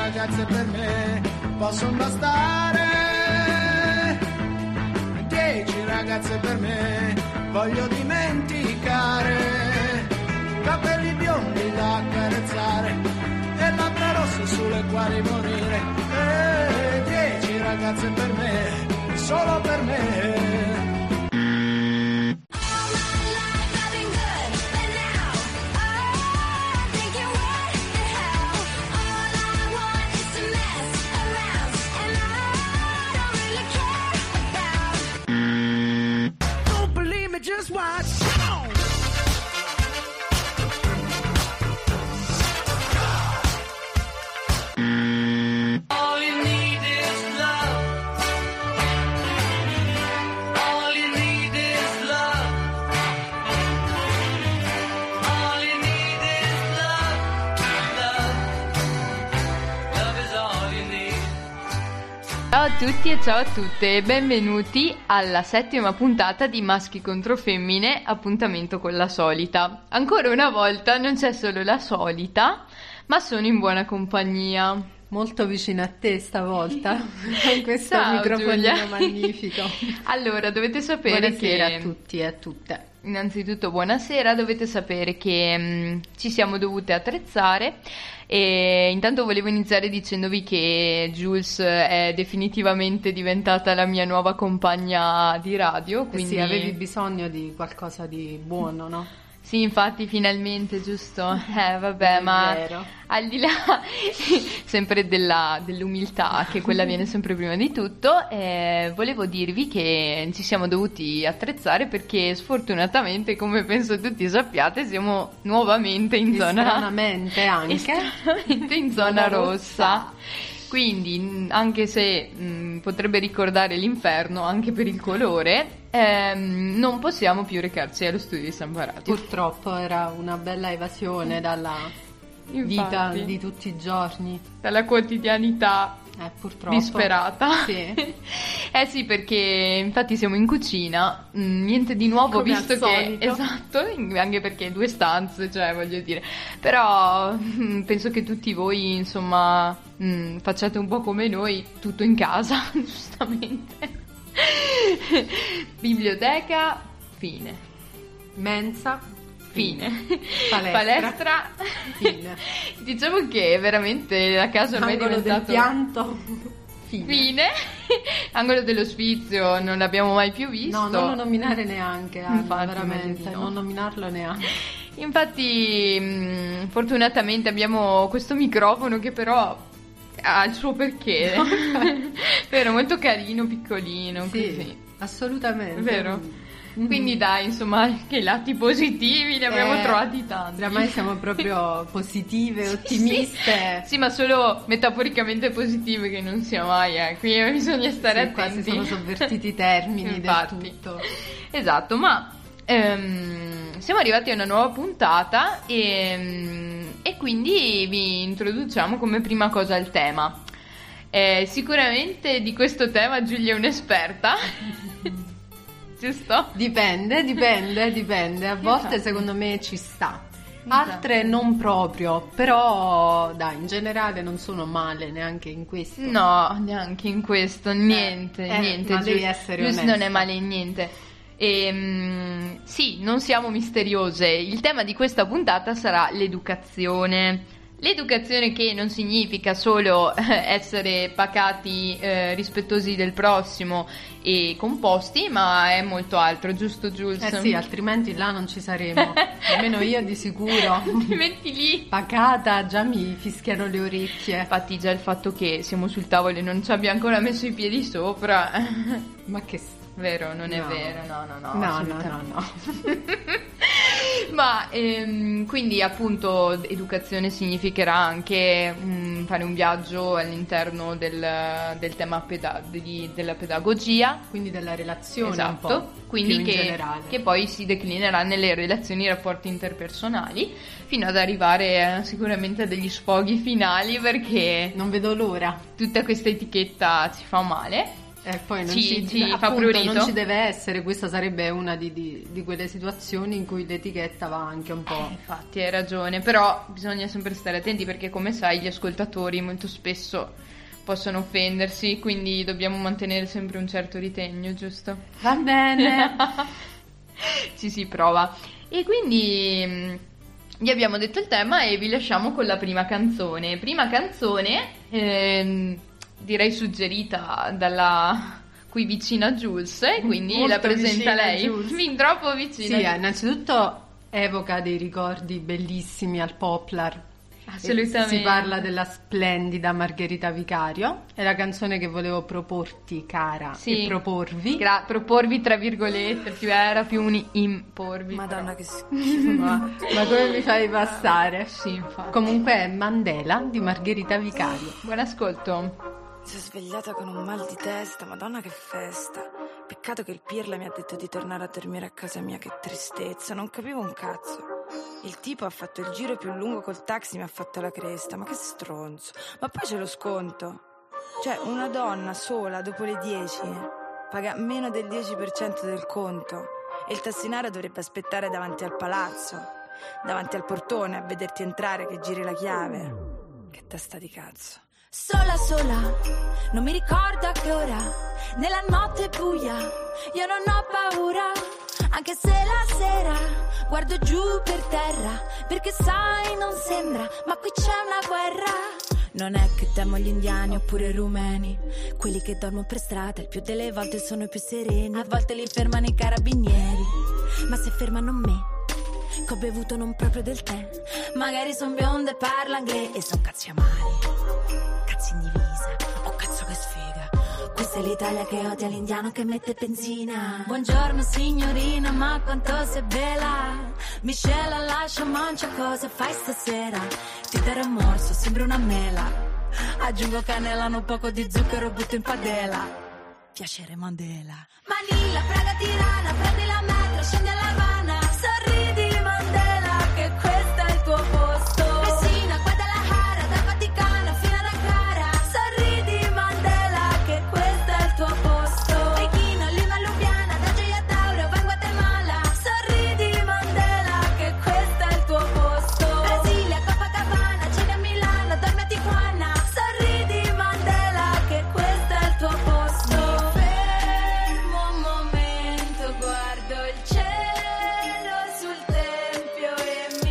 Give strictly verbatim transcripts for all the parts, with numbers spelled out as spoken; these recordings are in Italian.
ragazze per me possono bastare, dieci ragazze per me voglio dimenticare, capelli biondi da accarezzare e labbra rosse sulle quali morire, e dieci ragazze per me, solo per me. Just watch. All you need is love. All you need is love. All you need is love. Love. Love is all you need. Ciao a tutti e ciao a tutte e benvenuti alla settima puntata di Maschi contro Femmine, appuntamento con la solita. Ancora una volta non c'è solo la solita, ma sono in buona compagnia. Molto vicino a te stavolta, con questo Ciao, microfonino Giulia. magnifico. Allora, dovete sapere Buonasera che... a tutti e a tutte. Innanzitutto buonasera, dovete sapere che mh, ci siamo dovute attrezzare e intanto volevo iniziare dicendovi che Jules è definitivamente diventata la mia nuova compagna di radio, Eh quindi sì, avevi bisogno di qualcosa di buono, no? sì, infatti finalmente, giusto? Eh vabbè, È ma vero. al di là sempre della, dell'umiltà, che quella viene sempre prima di tutto, eh, volevo dirvi che ci siamo dovuti attrezzare perché sfortunatamente, come penso tutti sappiate, siamo nuovamente in zona Stranamente anche. stranamente in zona rossa. Quindi, mh, anche se mh, potrebbe ricordare l'inferno anche per il colore, ehm, non possiamo più recarci allo studio di San Parati. Purtroppo era una bella evasione dalla vita Infatti, di tutti i giorni. dalla quotidianità Eh, purtroppo. disperata. Sì. Eh sì, perché infatti siamo in cucina, mh, niente di nuovo, Come visto al che solito. esatto, anche perché due stanze, cioè voglio dire, però mh, penso che tutti voi insomma mh, facciate un po' come noi, tutto in casa, giustamente. Biblioteca, fine. Mensa, Fine. Palestra. Palestra. Fine. Diciamo che veramente la casa ormai è Angolo del diventato pianto, fine. fine. Angolo dello sfizio non l'abbiamo mai più visto. No, non lo nominare neanche, Anna, Infatti, veramente, meglio di no. non nominarlo neanche. Infatti, mh, fortunatamente abbiamo questo microfono che però ha il suo perché. Vero, molto carino, piccolino, Sì, così. assolutamente. Vero? Mhm. Quindi dai, insomma, anche i lati positivi ne abbiamo Eh, trovati tanti. Oramai siamo proprio positive, ottimiste. Sì, ma solo metaforicamente positive, che non sia mai, eh. Qui bisogna stare Sì, qua si attenti. sono sovvertiti i termini Infatti. del tutto. Esatto, ma ehm, siamo arrivati a una nuova puntata e, e quindi vi introduciamo come prima cosa il tema. Eh, sicuramente di questo tema Giulia è un'esperta, giusto? Dipende, dipende, dipende. A volte Infatti. secondo me ci sta. Altre non proprio, però dai, in generale non sono male neanche in questo. No, neanche in questo, niente, eh, niente. ma devi Gius- essere Gius onesta. non è male in niente. Ehm, sì, non siamo misteriose. Il tema di questa puntata sarà l'educazione. L'educazione che non significa solo eh, essere pacati, eh, rispettosi del prossimo e composti, ma è molto altro, giusto Giules? Eh sì, altrimenti là non ci saremo. Almeno io di sicuro. Ti metti lì. Pacata, già mi fischiano le orecchie. Infatti già il fatto che siamo sul tavolo e non ci abbia ancora messo i piedi sopra. Ma che s- Vero, non è No. vero, no, no, no. No, no, assolutamente. no, no. Ma ehm, quindi appunto educazione significherà anche mm, fare un viaggio all'interno del, del tema peda- di- della pedagogia. Quindi della relazione Esatto, un po', quindi più in che, generale. che poi si declinerà nelle relazioni e rapporti interpersonali fino ad arrivare eh, sicuramente a degli sfoghi finali, perché Non vedo l'ora. tutta questa etichetta ci fa male. E poi non Ci- ci, ci fa appunto, prurito. non ci deve essere, questa sarebbe una di, di- di quelle situazioni in cui l'etichetta va anche un Eh, po'. infatti hai ragione, però bisogna sempre stare attenti perché come sai gli ascoltatori molto spesso possono offendersi, quindi dobbiamo mantenere sempre un certo ritegno, giusto? Va bene. Ci si prova. E quindi mh, vi abbiamo detto il tema e vi lasciamo con la prima canzone. Prima canzone, ehm, direi suggerita dalla qui vicina Jules, e quindi Molto la presenta vicina a lei. Jules. Fin troppo vicina. Sì, eh, innanzitutto evoca dei ricordi bellissimi al Poplar. Assolutamente. Si parla della splendida Margherita Vicario. È la canzone che volevo proporti, cara, Sì. e proporvi. Gra- proporvi tra virgolette, più era più un imporvi. Madonna che schifo. Ma, ma come mi fai passare? Sì, infatti. Comunque è Mandela di Margherita Vicario. Buon ascolto. Mi sono svegliata con un mal di testa, madonna che festa. Peccato che il Pirla mi ha detto di tornare a dormire a casa mia, che tristezza, non capivo un cazzo. Il tipo ha fatto il giro più lungo col taxi, mi ha fatto la cresta, ma che stronzo. Ma poi c'è lo sconto. Cioè, una donna sola dopo le dieci paga meno del dieci per cento del conto e il tassinario dovrebbe aspettare davanti al palazzo, davanti al portone a vederti entrare che giri la chiave. Che testa di cazzo. Sola sola, non mi ricordo a che ora, nella notte buia, io non ho paura, anche se la sera guardo giù per terra, perché sai non sembra, ma qui c'è una guerra. Non è che temo gli indiani oppure i rumeni, quelli che dormono per strada il più delle volte sono i più sereni, a volte li fermano i carabinieri, ma se fermano me, che ho bevuto non proprio del tè, magari son bionda e parla inglese e son cazzi amari. Cazzo in divisa, oh cazzo che sfiga. Questa è l'Italia che odia l'indiano che mette benzina. Buongiorno signorina, ma quanto sei bella. Miscela, lascia, mangia, cosa fai stasera? Ti darò un morso, sembra una mela. Aggiungo cannella, un poco di zucchero, butto in padella. Piacere Mandela. Manila, Praga, Tirana, prendi la metro, scendi alla Havana. Sorridi Mandela, che questo è il tuo posto. Messina, Guadalajara, dal Vaticano fino ad Ankara. Sorridi Mandela, che questo è il tuo posto. Pechino, Lima, Lubiana, da Gioia Tauro, va in Guatemala. Sorridi Mandela, che questo è il tuo posto. Brasilia, Copacabana, cena a Milano, dormi a Tijuana. Sorridi Mandela, che questo è il tuo posto. Mi fermo un momento, guardo il cielo sul tempio e mi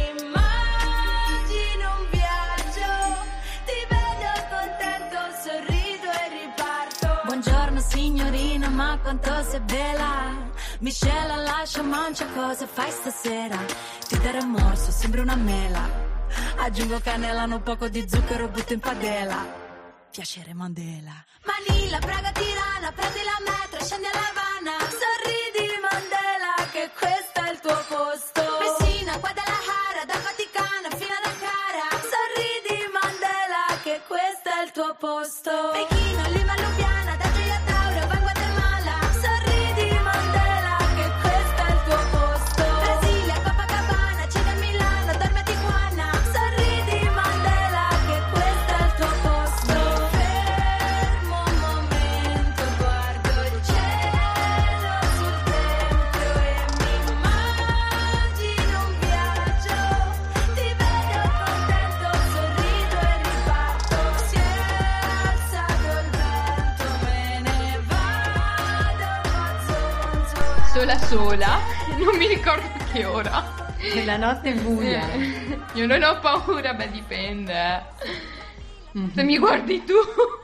immagino un viaggio. Ti vedo contento, sorrido e riparto. Buongiorno signorina, ma quanto sei bella. Miscela, lascia, mangia, cosa fai stasera? Ti darò un morso, sembra una mela. Aggiungo cannella, un poco di zucchero, butto in padella. Piacere Mandela. Manila, Praga, Tirana, prendi la metro, scendi alla Havana. Sorridi Mandela, che questo è il tuo posto. Messina, Guadalajara, dal Vaticano fino ad Ankara. Sorridi Mandela, che questo è il tuo posto. Pechino, Lima, Lubiana, da Gioia Tauro, va in Guatemala. Sorridi Mandela, che questo è il tuo posto. Brasilia, Copacabana, cena a Milano, dormi a Tijuana. Sorridi Mandela, che questo è il tuo posto. Fermo un momento, guardo il cielo sul tempio e mi immagino un viaggio. Ti vedo contento, sorrido e riparto. Si è alzato il vento, me ne vado a zonzo. Sola sola, non mi ricordo che ora. E la notte è buia. Eh, Io non ho paura, beh dipende. Se mi guardi tu.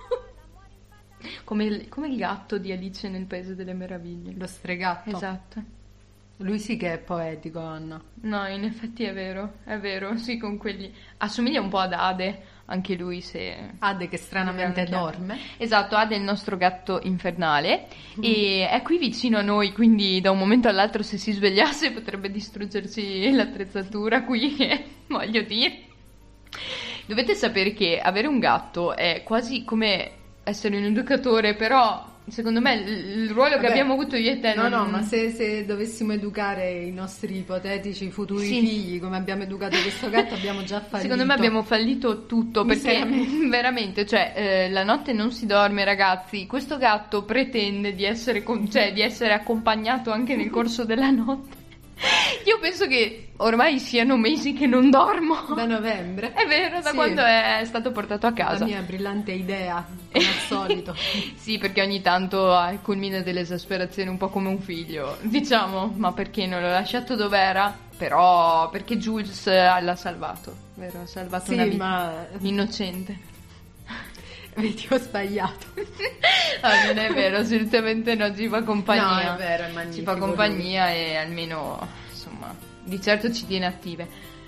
Come il, come il gatto di Alice nel Paese delle Meraviglie. Lo stregatto. Esatto. Lui sì che è poetico, Anna. No, in effetti è vero, è vero, sì, con quelli... Assomiglia un po' ad Ade, anche lui se... Ade che stranamente Grande dorme. Esatto, Ade è il nostro gatto infernale e è qui vicino a noi, quindi da un momento all'altro se si svegliasse potrebbe distruggerci l'attrezzatura qui, voglio dire. Dovete sapere che avere un gatto è quasi come essere un educatore, però secondo me il, il ruolo Vabbè, che abbiamo avuto io e te no non... no ma se, se dovessimo educare i nostri ipotetici futuri Sì. figli come abbiamo educato questo gatto abbiamo già fallito. Secondo me abbiamo fallito tutto, perché Miseramente. veramente, cioè, eh, la notte non si dorme, ragazzi. Questo gatto pretende di essere, con- cioè, di essere accompagnato anche nel corso della notte. Io penso che ormai siano mesi che non dormo. Da novembre. È vero, da Sì. quando è stato portato a casa. La mia brillante idea, come al solito. Sì, perché ogni tanto ha il culmine dell'esasperazione, un po' come un figlio. Diciamo, ma perché non l'ho lasciato dov'era? Però perché Jules l'ha salvato, vero? Ha salvato Sì, una vita ma innocente. vedi, ho sbagliato. No, non è vero, assolutamente no, ci fa compagnia. No, è vero, è magnifico. Ci fa compagnia e almeno, insomma, di certo ci tiene attive.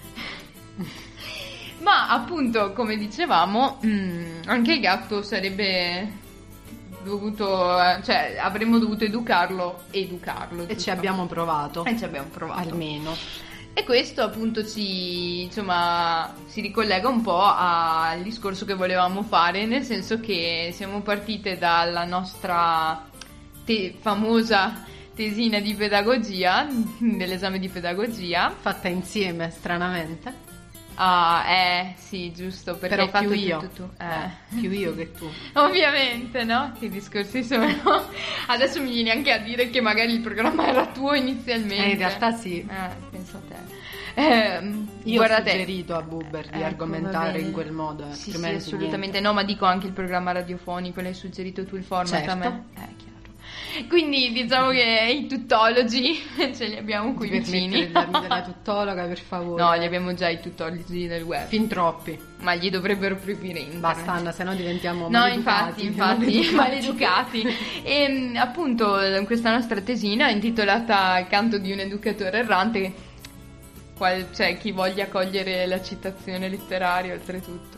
Ma appunto, come dicevamo, mh, anche il gatto sarebbe dovuto, eh, cioè avremmo dovuto educarlo, educarlo. E ci giusto? abbiamo provato. E ci abbiamo provato. Almeno. E questo appunto ci, insomma, si ricollega un po' al discorso che volevamo fare, nel senso che siamo partite dalla nostra te- famosa tesina di pedagogia, dell'esame di pedagogia. Fatta insieme, stranamente. Ah, eh, sì, giusto, perché Però hai fatto più io. tutto tu. Eh. Eh, più io che tu. Ovviamente, no? Che discorsi sono. Adesso mi vieni anche a dire che magari il programma era tuo inizialmente. Eh, in realtà sì. Eh, penso a te. Eh, Io guarda ho te. suggerito a Buber di Ecco, argomentare va bene. in quel modo. Sì, sì, altrimenti assolutamente. niente. No, ma dico anche il programma radiofonico, l'hai suggerito tu il format Certo. a me. Eh, chiaro. Quindi diciamo che i tuttologi ce li abbiamo qui Ti vicini. permettere di darmi della tuttologa, per favore? No, li abbiamo già i tuttologi del web. Fin troppi. Ma gli dovrebbero proibire internet. Basta, Anna, se no diventiamo No, maleducati. infatti, infatti, maleducati. E appunto questa nostra tesina è intitolata Il canto di un educatore errante, qual, cioè chi voglia cogliere la citazione letteraria oltretutto.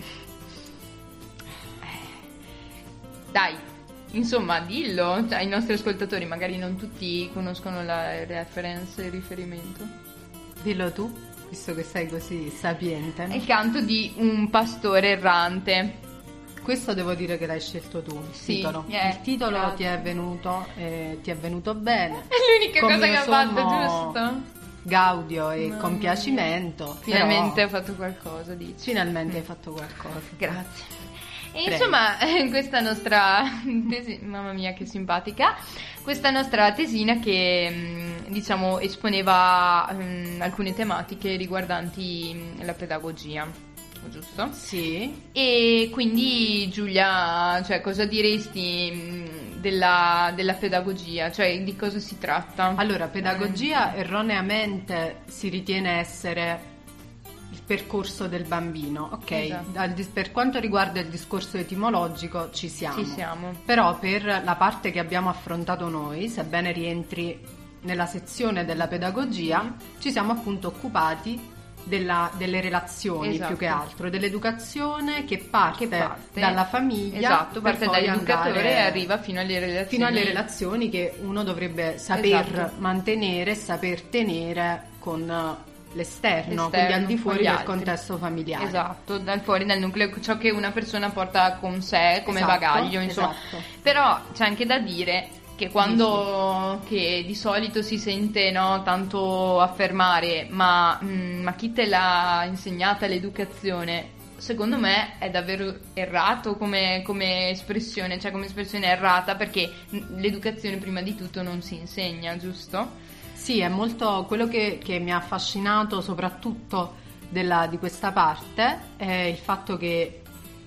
Dai, insomma, dillo cioè, ai nostri ascoltatori, magari non tutti conoscono la reference, il riferimento. Dillo tu, visto che sei così sapiente. È il canto di un pastore errante. Questo devo dire che l'hai scelto tu, il Sì, titolo. eh, il titolo grazie. ti è venuto, eh, ti è venuto bene. È l'unica Con cosa mio che ha fatto, sommo giusto? Gaudio e Mamma compiacimento. Finalmente però ha fatto qualcosa, dici. finalmente hai fatto qualcosa. Grazie. E Prego. insomma, questa nostra tesi, mamma mia che simpatica, questa nostra tesina che mh, diciamo esponeva mh, alcune tematiche riguardanti mh, la pedagogia, giusto? Sì. E quindi Giulia, cioè cosa diresti mh, della, della pedagogia, cioè di cosa si tratta? Allora, pedagogia erroneamente si ritiene essere il percorso del bambino, ok? Esatto. Dal dis- per quanto riguarda il discorso etimologico ci siamo. Ci siamo. Però per la parte che abbiamo affrontato noi, sebbene rientri nella sezione della pedagogia, ci siamo appunto occupati della- delle relazioni, Esatto. più che altro, dell'educazione che parte, Che parte- dalla famiglia, Esatto, per parte poi dall'educatore andare e arriva fino alle relazioni. fino alle relazioni che uno dovrebbe saper Esatto. mantenere, saper tenere con eh, l'esterno, L'esterno, quindi al di con fuori gli del altri. contesto familiare. Esatto, dal fuori dal nucleo, ciò che una persona porta con sé come Esatto, bagaglio, insomma. esatto. Però c'è anche da dire che quando che di solito si sente no, tanto affermare ma, mh, ma chi te l'ha insegnata l'educazione, secondo me è davvero errato come, come espressione, cioè come espressione errata, perché mh, l'educazione prima di tutto non si insegna, giusto? Sì, è molto quello che, che mi ha affascinato soprattutto della- di questa parte è il fatto che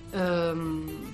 ehm,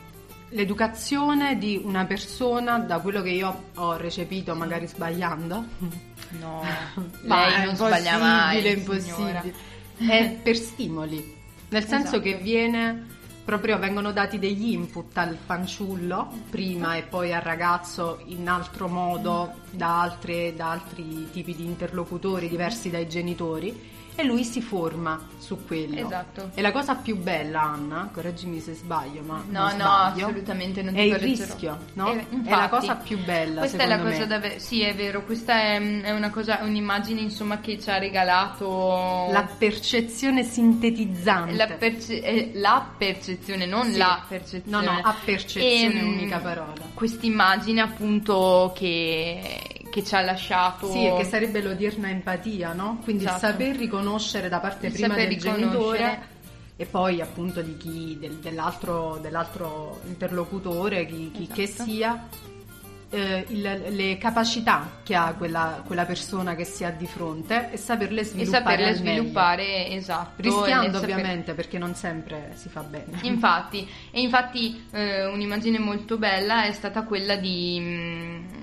l'educazione di una persona, da quello che io ho recepito, magari sbagliando, No, ma lei è non sbaglia mai, impossibile, signora. impossibile. È per stimoli, nel senso Esatto. che viene proprio vengono dati degli input al fanciullo prima e poi al ragazzo in altro modo da, altre, da altri tipi di interlocutori diversi dai genitori e lui si forma su quello. Esatto. E la cosa più bella, Anna, correggimi se sbaglio, ma No, non no, sbaglio, assolutamente non è ti il correggerò. rischio, no? Eh, È la infatti, cosa più bella, questa è secondo la cosa me. da sì, è vero, questa è, è una cosa, un'immagine insomma che ci ha regalato La percezione sintetizzante. la, perce- eh, la percezione percezione, non Sì. la No, percezione. no, a percezione, Ehm, unica parola. Quest'immagine appunto che, che ci ha lasciato. Sì, e che sarebbe l'odierna empatia, no? Quindi Esatto. il saper riconoscere da parte Il prima saper del riconoscere. genitore e poi appunto di chi, del- dell'altro, dell'altro interlocutore, chi, chi che Esatto. sia, eh, il- le capacità che ha quella, quella persona che si ha di fronte e saperle E sviluppare saperle al meglio. sviluppare, esatto. Rischiando e saper- ovviamente, perché non sempre si fa bene. Infatti, e infatti eh, un'immagine molto bella è stata quella di mh,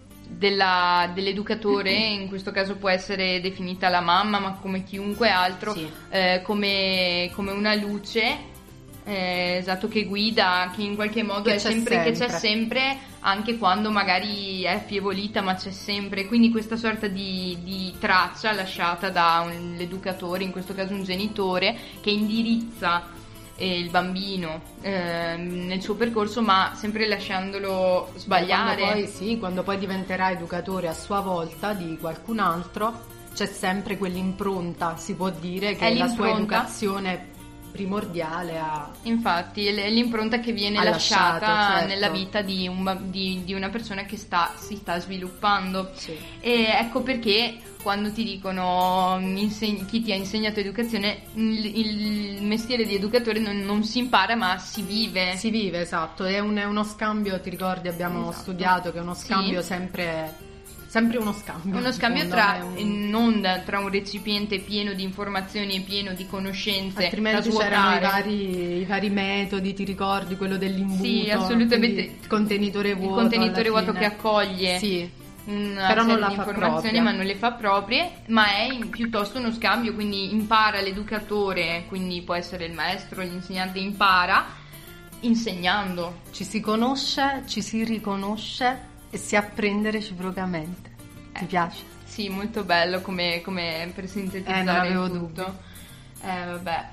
della- dell'educatore, in questo caso può essere definita la mamma, ma come chiunque altro, Sì. eh, come, come una luce. eh, esatto, che guida, che in qualche modo Che è c'è sempre, che c'è sempre. sempre, anche quando magari è affievolita, ma c'è sempre. Quindi questa sorta di, di traccia lasciata da un educatore, in questo caso un genitore, che indirizza eh, il bambino eh, nel suo percorso, ma sempre lasciandolo sbagliare. Quando poi, sì, quando poi diventerà educatore a sua volta di qualcun altro, c'è sempre quell'impronta, si può dire, che È la sua l'impronta. educazione primordiale a... Infatti, è l- è l'impronta che viene Ha lasciata lasciato, certo. nella vita di, un, ba- di, di una persona che sta, si sta sviluppando. Sì. E ecco perché quando ti dicono inseg- chi ti ha insegnato educazione, il, il mestiere di educatore non, non si impara ma si vive. Si vive, esatto, è, un- è uno scambio, ti ricordi, abbiamo Esatto. studiato che è uno Sì. scambio sempre, sempre uno scambio. Uno scambio in tra, fondo, è un- non tra un recipiente pieno di informazioni e pieno di conoscenze altrimenti da c'erano i svuotare. vari, i vari metodi, ti ricordi, quello dell'imbuto, Sì, assolutamente. quindi il contenitore Il vuoto, contenitore alla vuoto fine. che accoglie Sì, una Però non serie la di fa informazioni, propria. ma non le fa proprie, ma è in- piuttosto uno scambio, quindi impara l'educatore, quindi può essere il maestro, l'insegnante, impara insegnando. ci si conosce, ci si riconosce e si apprende reciprocamente. Ti Eh. piace? Sì, molto bello come, come per sintetizzare Eh, non avevo il tutto. dubbi. Eh, vabbè.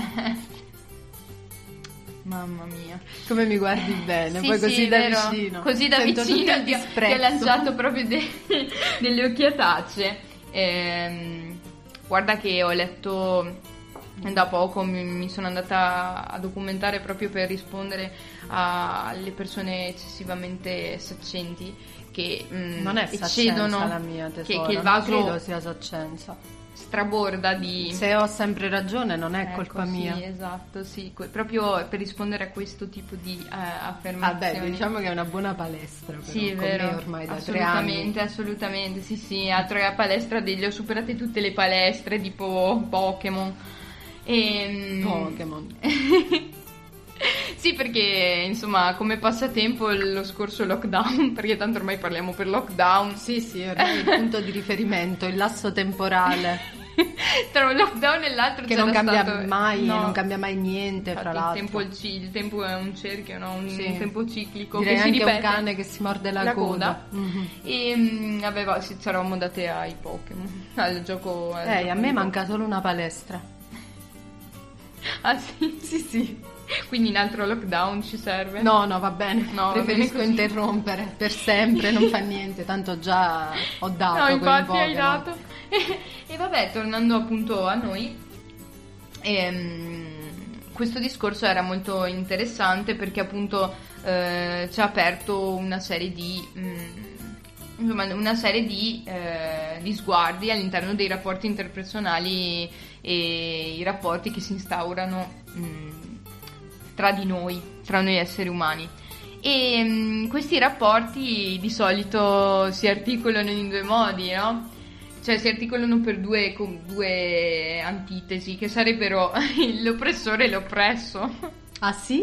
Mamma mia. Come mi guardi bene, Sì, poi sì, così è da vero. vicino. Così da Sento tutto vicino il ti, ho- ti disprezzo. ho lanciato proprio de- delle occhiatacce. Ehm, guarda che ho letto da poco, mi, mi sono andata a documentare proprio per rispondere a- alle persone eccessivamente saccenti che mm, Non è eccedono, saccenza la mia, che, tesoro. che il Non vaso credo sia saccenza. straborda di... Se ho sempre ragione non è Ecco, colpa sì, mia. esatto, sì, que- proprio per rispondere a questo tipo di eh, affermazioni. Vabbè, diciamo che è una buona palestra però, Sì, è con vero, me ormai da tre assolutamente, anni. assolutamente, sì, sì, altro che la palestra, degli, ho superate tutte le palestre tipo Pokémon. E, Pokémon. Sì, perché insomma, come passatempo lo scorso lockdown, perché tanto ormai parliamo per lockdown, Sì, sì, ormai è il punto di riferimento, il lasso temporale tra un lockdown e l'altro che c'era non cambia stato- mai, no. non cambia mai niente, Infatti, fra il l'altro. tempo, il, ci- il tempo è un cerchio, no? un, Sì. un tempo ciclico Direi che si anche ripete. un cane che si morde la, La coda. coda. Mhm. E mm, aveva, sì, ci eravamo andate ai Pokémon, al gioco. al Eh, gioco a di me Pokémon. manca solo una palestra. Ah sì? Sì, sì. Quindi in altro lockdown ci serve? No, no, va bene. No, va Preferisco bene così. interrompere per sempre, non fa niente, tanto già ho dato No, con i infatti hai Pokémon. dato. E, e vabbè, tornando appunto a noi, ehm, questo discorso era molto interessante perché appunto eh, ci ha aperto una serie di... mm, insomma, una serie di, eh, di sguardi all'interno dei rapporti interpersonali e i rapporti che si instaurano mm, tra di noi, tra noi esseri umani. E mh, questi rapporti di solito si articolano in due modi, no? Cioè si articolano per due, co- due antitesi, che sarebbero l'oppressore e l'oppresso. Ah sì?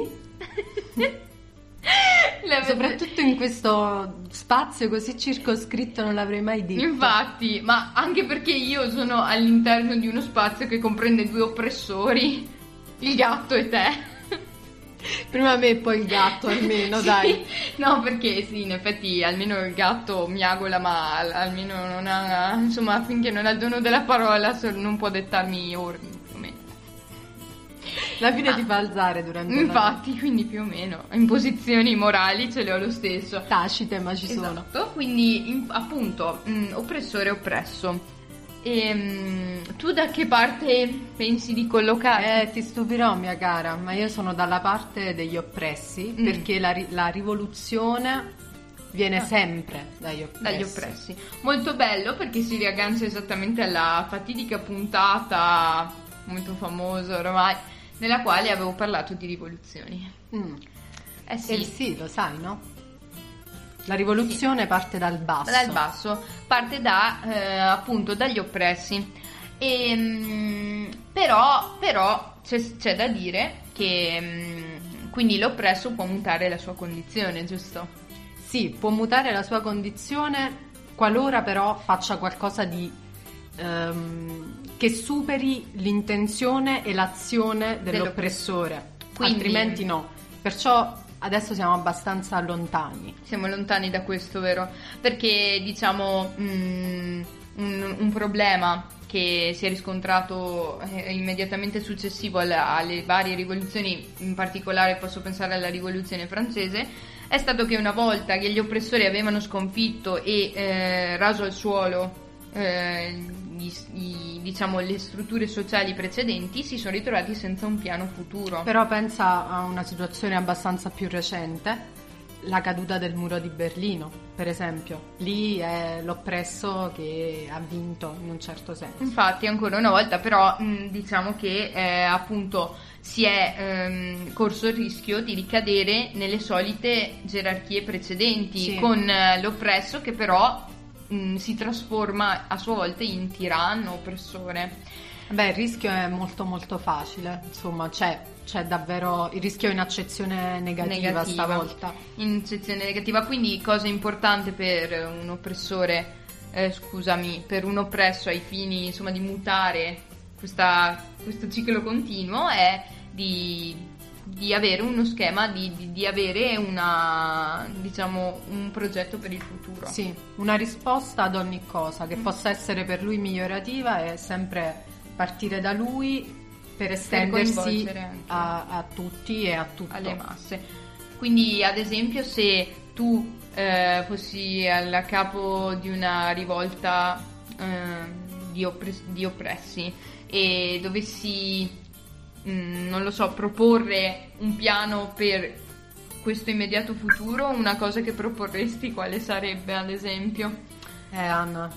La- Soprattutto in questo spazio così circoscritto non l'avrei mai detto. Infatti, ma anche perché io sono all'interno di uno spazio che comprende due oppressori, il gatto e te. Prima me e poi il gatto almeno, Sì. dai. No, perché sì, in effetti almeno il gatto miagola, ma al- almeno non ha, insomma, finché non ha il dono della parola so- non può dettarmi ordini, più o meno. La fine Ah. ti fa alzare durante la Infatti, quindi più o meno, in posizioni morali ce le ho lo stesso. tacite, ma ci sono. Esatto, quindi in- appunto, mh, oppressore e oppresso. E, mm, tu da che parte pensi di collocarti? Eh, ti stupirò, mia cara, ma io sono dalla parte degli oppressi, Mm. perché la, ri- la rivoluzione viene sempre dagli oppressi. Dagli oppressi. Molto bello, perché si riaggancia esattamente alla fatidica puntata molto famosa ormai, nella quale avevo parlato di rivoluzioni. Mm. Eh sì, Eh sì, lo sai, no? La rivoluzione parte dal basso. dal basso, parte da eh, appunto dagli oppressi. E, mm, però però c'è, c'è da dire che mm, quindi l'oppresso può mutare la sua condizione, giusto? Sì, può mutare la sua condizione qualora però faccia qualcosa di ehm, che superi l'intenzione e l'azione dell'oppressore. Quindi- Altrimenti no. Perciò adesso siamo abbastanza lontani. Siamo lontani da questo, vero? Perché diciamo mm, un, un problema che si è riscontrato eh, immediatamente successivo alla- alle varie rivoluzioni, in particolare posso pensare alla rivoluzione francese, è stato che una volta che gli oppressori avevano sconfitto e eh, raso al suolo eh, gli- gli- diciamo le strutture sociali precedenti, si sono ritrovati senza un piano futuro. Però pensa a una situazione abbastanza più recente, la caduta del muro di Berlino, per esempio. Lì è l'oppresso che ha vinto in un certo senso. Infatti, ancora una volta, però, mh, diciamo che eh, appunto si è ehm, corso il rischio di ricadere nelle solite gerarchie precedenti, Sì. con eh, l'oppresso che però mh, si trasforma a sua volta in tiranno, oppressore. Beh, il rischio è molto molto facile, insomma, c'è, c'è davvero il rischio in accezione negativa, Negativa. stavolta. In sezione negativa, quindi cosa importante per un oppressore, eh, scusami, per un oppresso ai fini insomma di mutare questa, questo ciclo continuo è di, di avere uno schema, di, di, di avere una, diciamo, un progetto per il futuro. Sì, una risposta ad ogni cosa che possa essere per lui migliorativa è sempre partire da lui per estendersi coinvolgere anche a, a tutti e a tutto. alle masse. Quindi, ad esempio, se tu eh, fossi alla capo di una rivolta eh, di, oppres- di oppressi e dovessi, mh, non lo so, proporre un piano per questo immediato futuro, una cosa che proporresti quale sarebbe, ad esempio? Eh, Anna,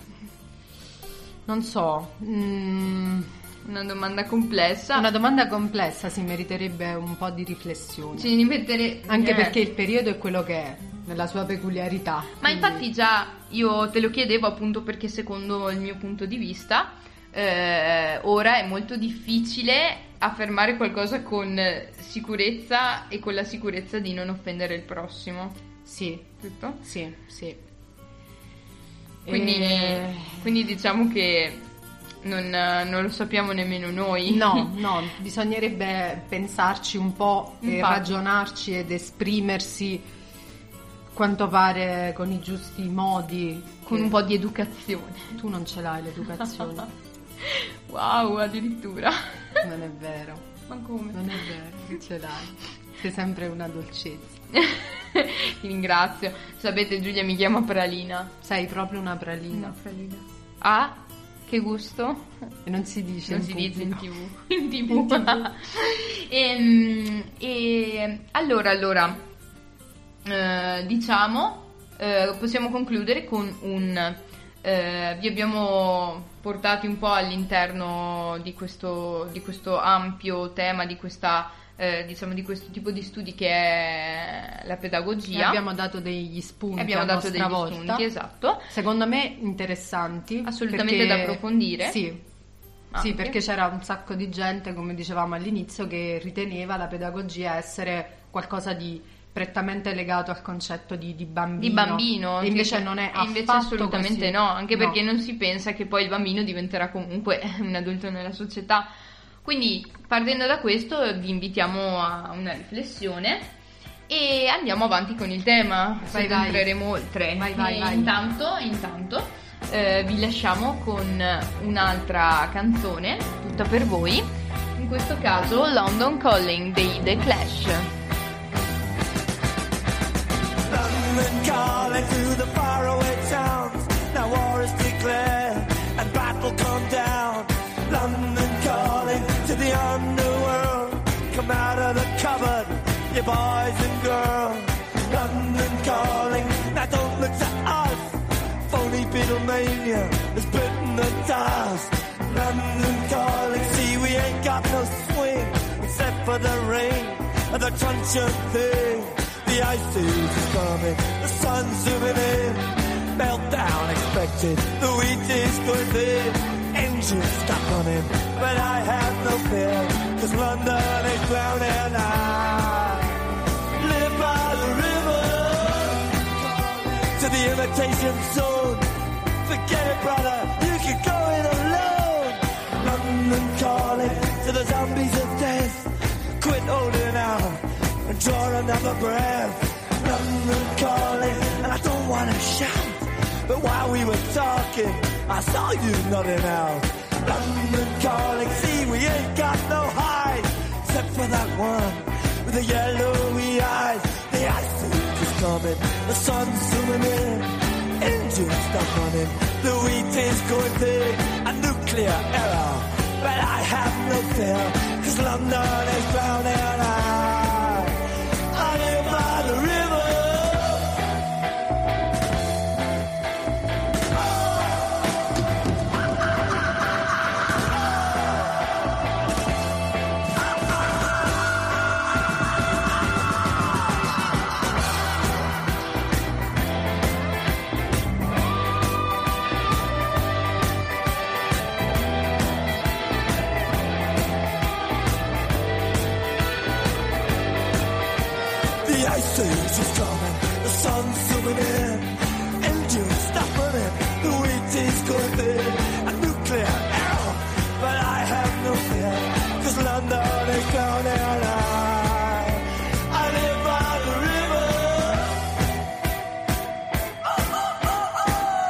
non so, mm, Una domanda complessa. una domanda complessa, si meriterebbe un po' di riflessione. Ci devi mettere... Anche eh. perché il periodo è quello che è, nella sua peculiarità. Ma quindi- infatti già io te lo chiedevo appunto perché secondo il mio punto di vista eh, ora è molto difficile affermare qualcosa con sicurezza e con la sicurezza di non offendere il prossimo. Sì, Giusto? sì, sì. Quindi, E- quindi diciamo che non, non lo sappiamo nemmeno noi. No, no, bisognerebbe pensarci un po' e Infatti. ragionarci ed esprimersi quanto pare con i giusti modi. Con che- un po' di educazione. Tu non ce l'hai l'educazione. Wow, addirittura. Non è vero, Ma come? non è vero, non ce l'hai. Sei sempre una dolcezza. Ti ringrazio. Sapete, Giulia mi chiama Pralina. Sei proprio una pralina. Una pralina. Ah, che gusto? E non si dice Non in si dice in pubblico. tv. In tv. e, e allora, allora, eh, diciamo, eh, possiamo concludere con un... eh, vi abbiamo portati un po' all'interno di questo, di questo ampio tema, di questa... eh, diciamo di questo tipo di studi che è la E pedagogia. abbiamo dato degli spunti Abbiamo a dato nostra degli volta. spunti, esatto. Secondo me interessanti. Assolutamente perché- da approfondire. Sì, sì, Anche. perché c'era un sacco di gente, come dicevamo all'inizio, che riteneva la pedagogia essere qualcosa di prettamente legato al concetto di, di bambino. Di bambino, E invece che- non è e invece affatto assolutamente così. no, anche No. perché non si pensa che poi il bambino diventerà comunque un adulto nella società. Quindi, partendo da questo, vi invitiamo a una riflessione e andiamo avanti con il tema. Vai, Se vai. entreremo oltre. Vai, vai, E vai. Intanto, intanto eh, vi lasciamo con un'altra canzone, tutta per voi. In questo caso, London Calling dei The Clash. London calling to the faraway towns. Now war is declared and battle will come down. London calling to the underworld. Come out of the cupboard, you boys and girls. London calling, now don't look to us. Phony Beatlemania has bitten the dust. London calling, see we ain't got no swing except for the rain and the truncheon thing. The ice age is coming, the sun's zooming in. Meltdown expected, the wheat is going thin. Engines stop running, but I have no fear, cause London is drowning. I live by the river to the imitation zone. Forget it, brother, you can go it alone. London calling to the zombies of death. Quit holding out and draw another breath. London calling, and I don't wanna shout, but while we were talking, I saw you nodding out. London calling, see we ain't got no hide, except for that one with the yellowy eyes. The ice age is coming, the sun's zooming in. Engines stop running, the wheat is going big. A nuclear error, but I have no fear, cause London is drowning. I, I live by the river. The ice age is coming, the sun's zooming in. Engines stop running, the wheat is going thin. A nuclear error, but I have no fear, cause London is drowning. I, I live by the river. Oh, oh, oh, oh.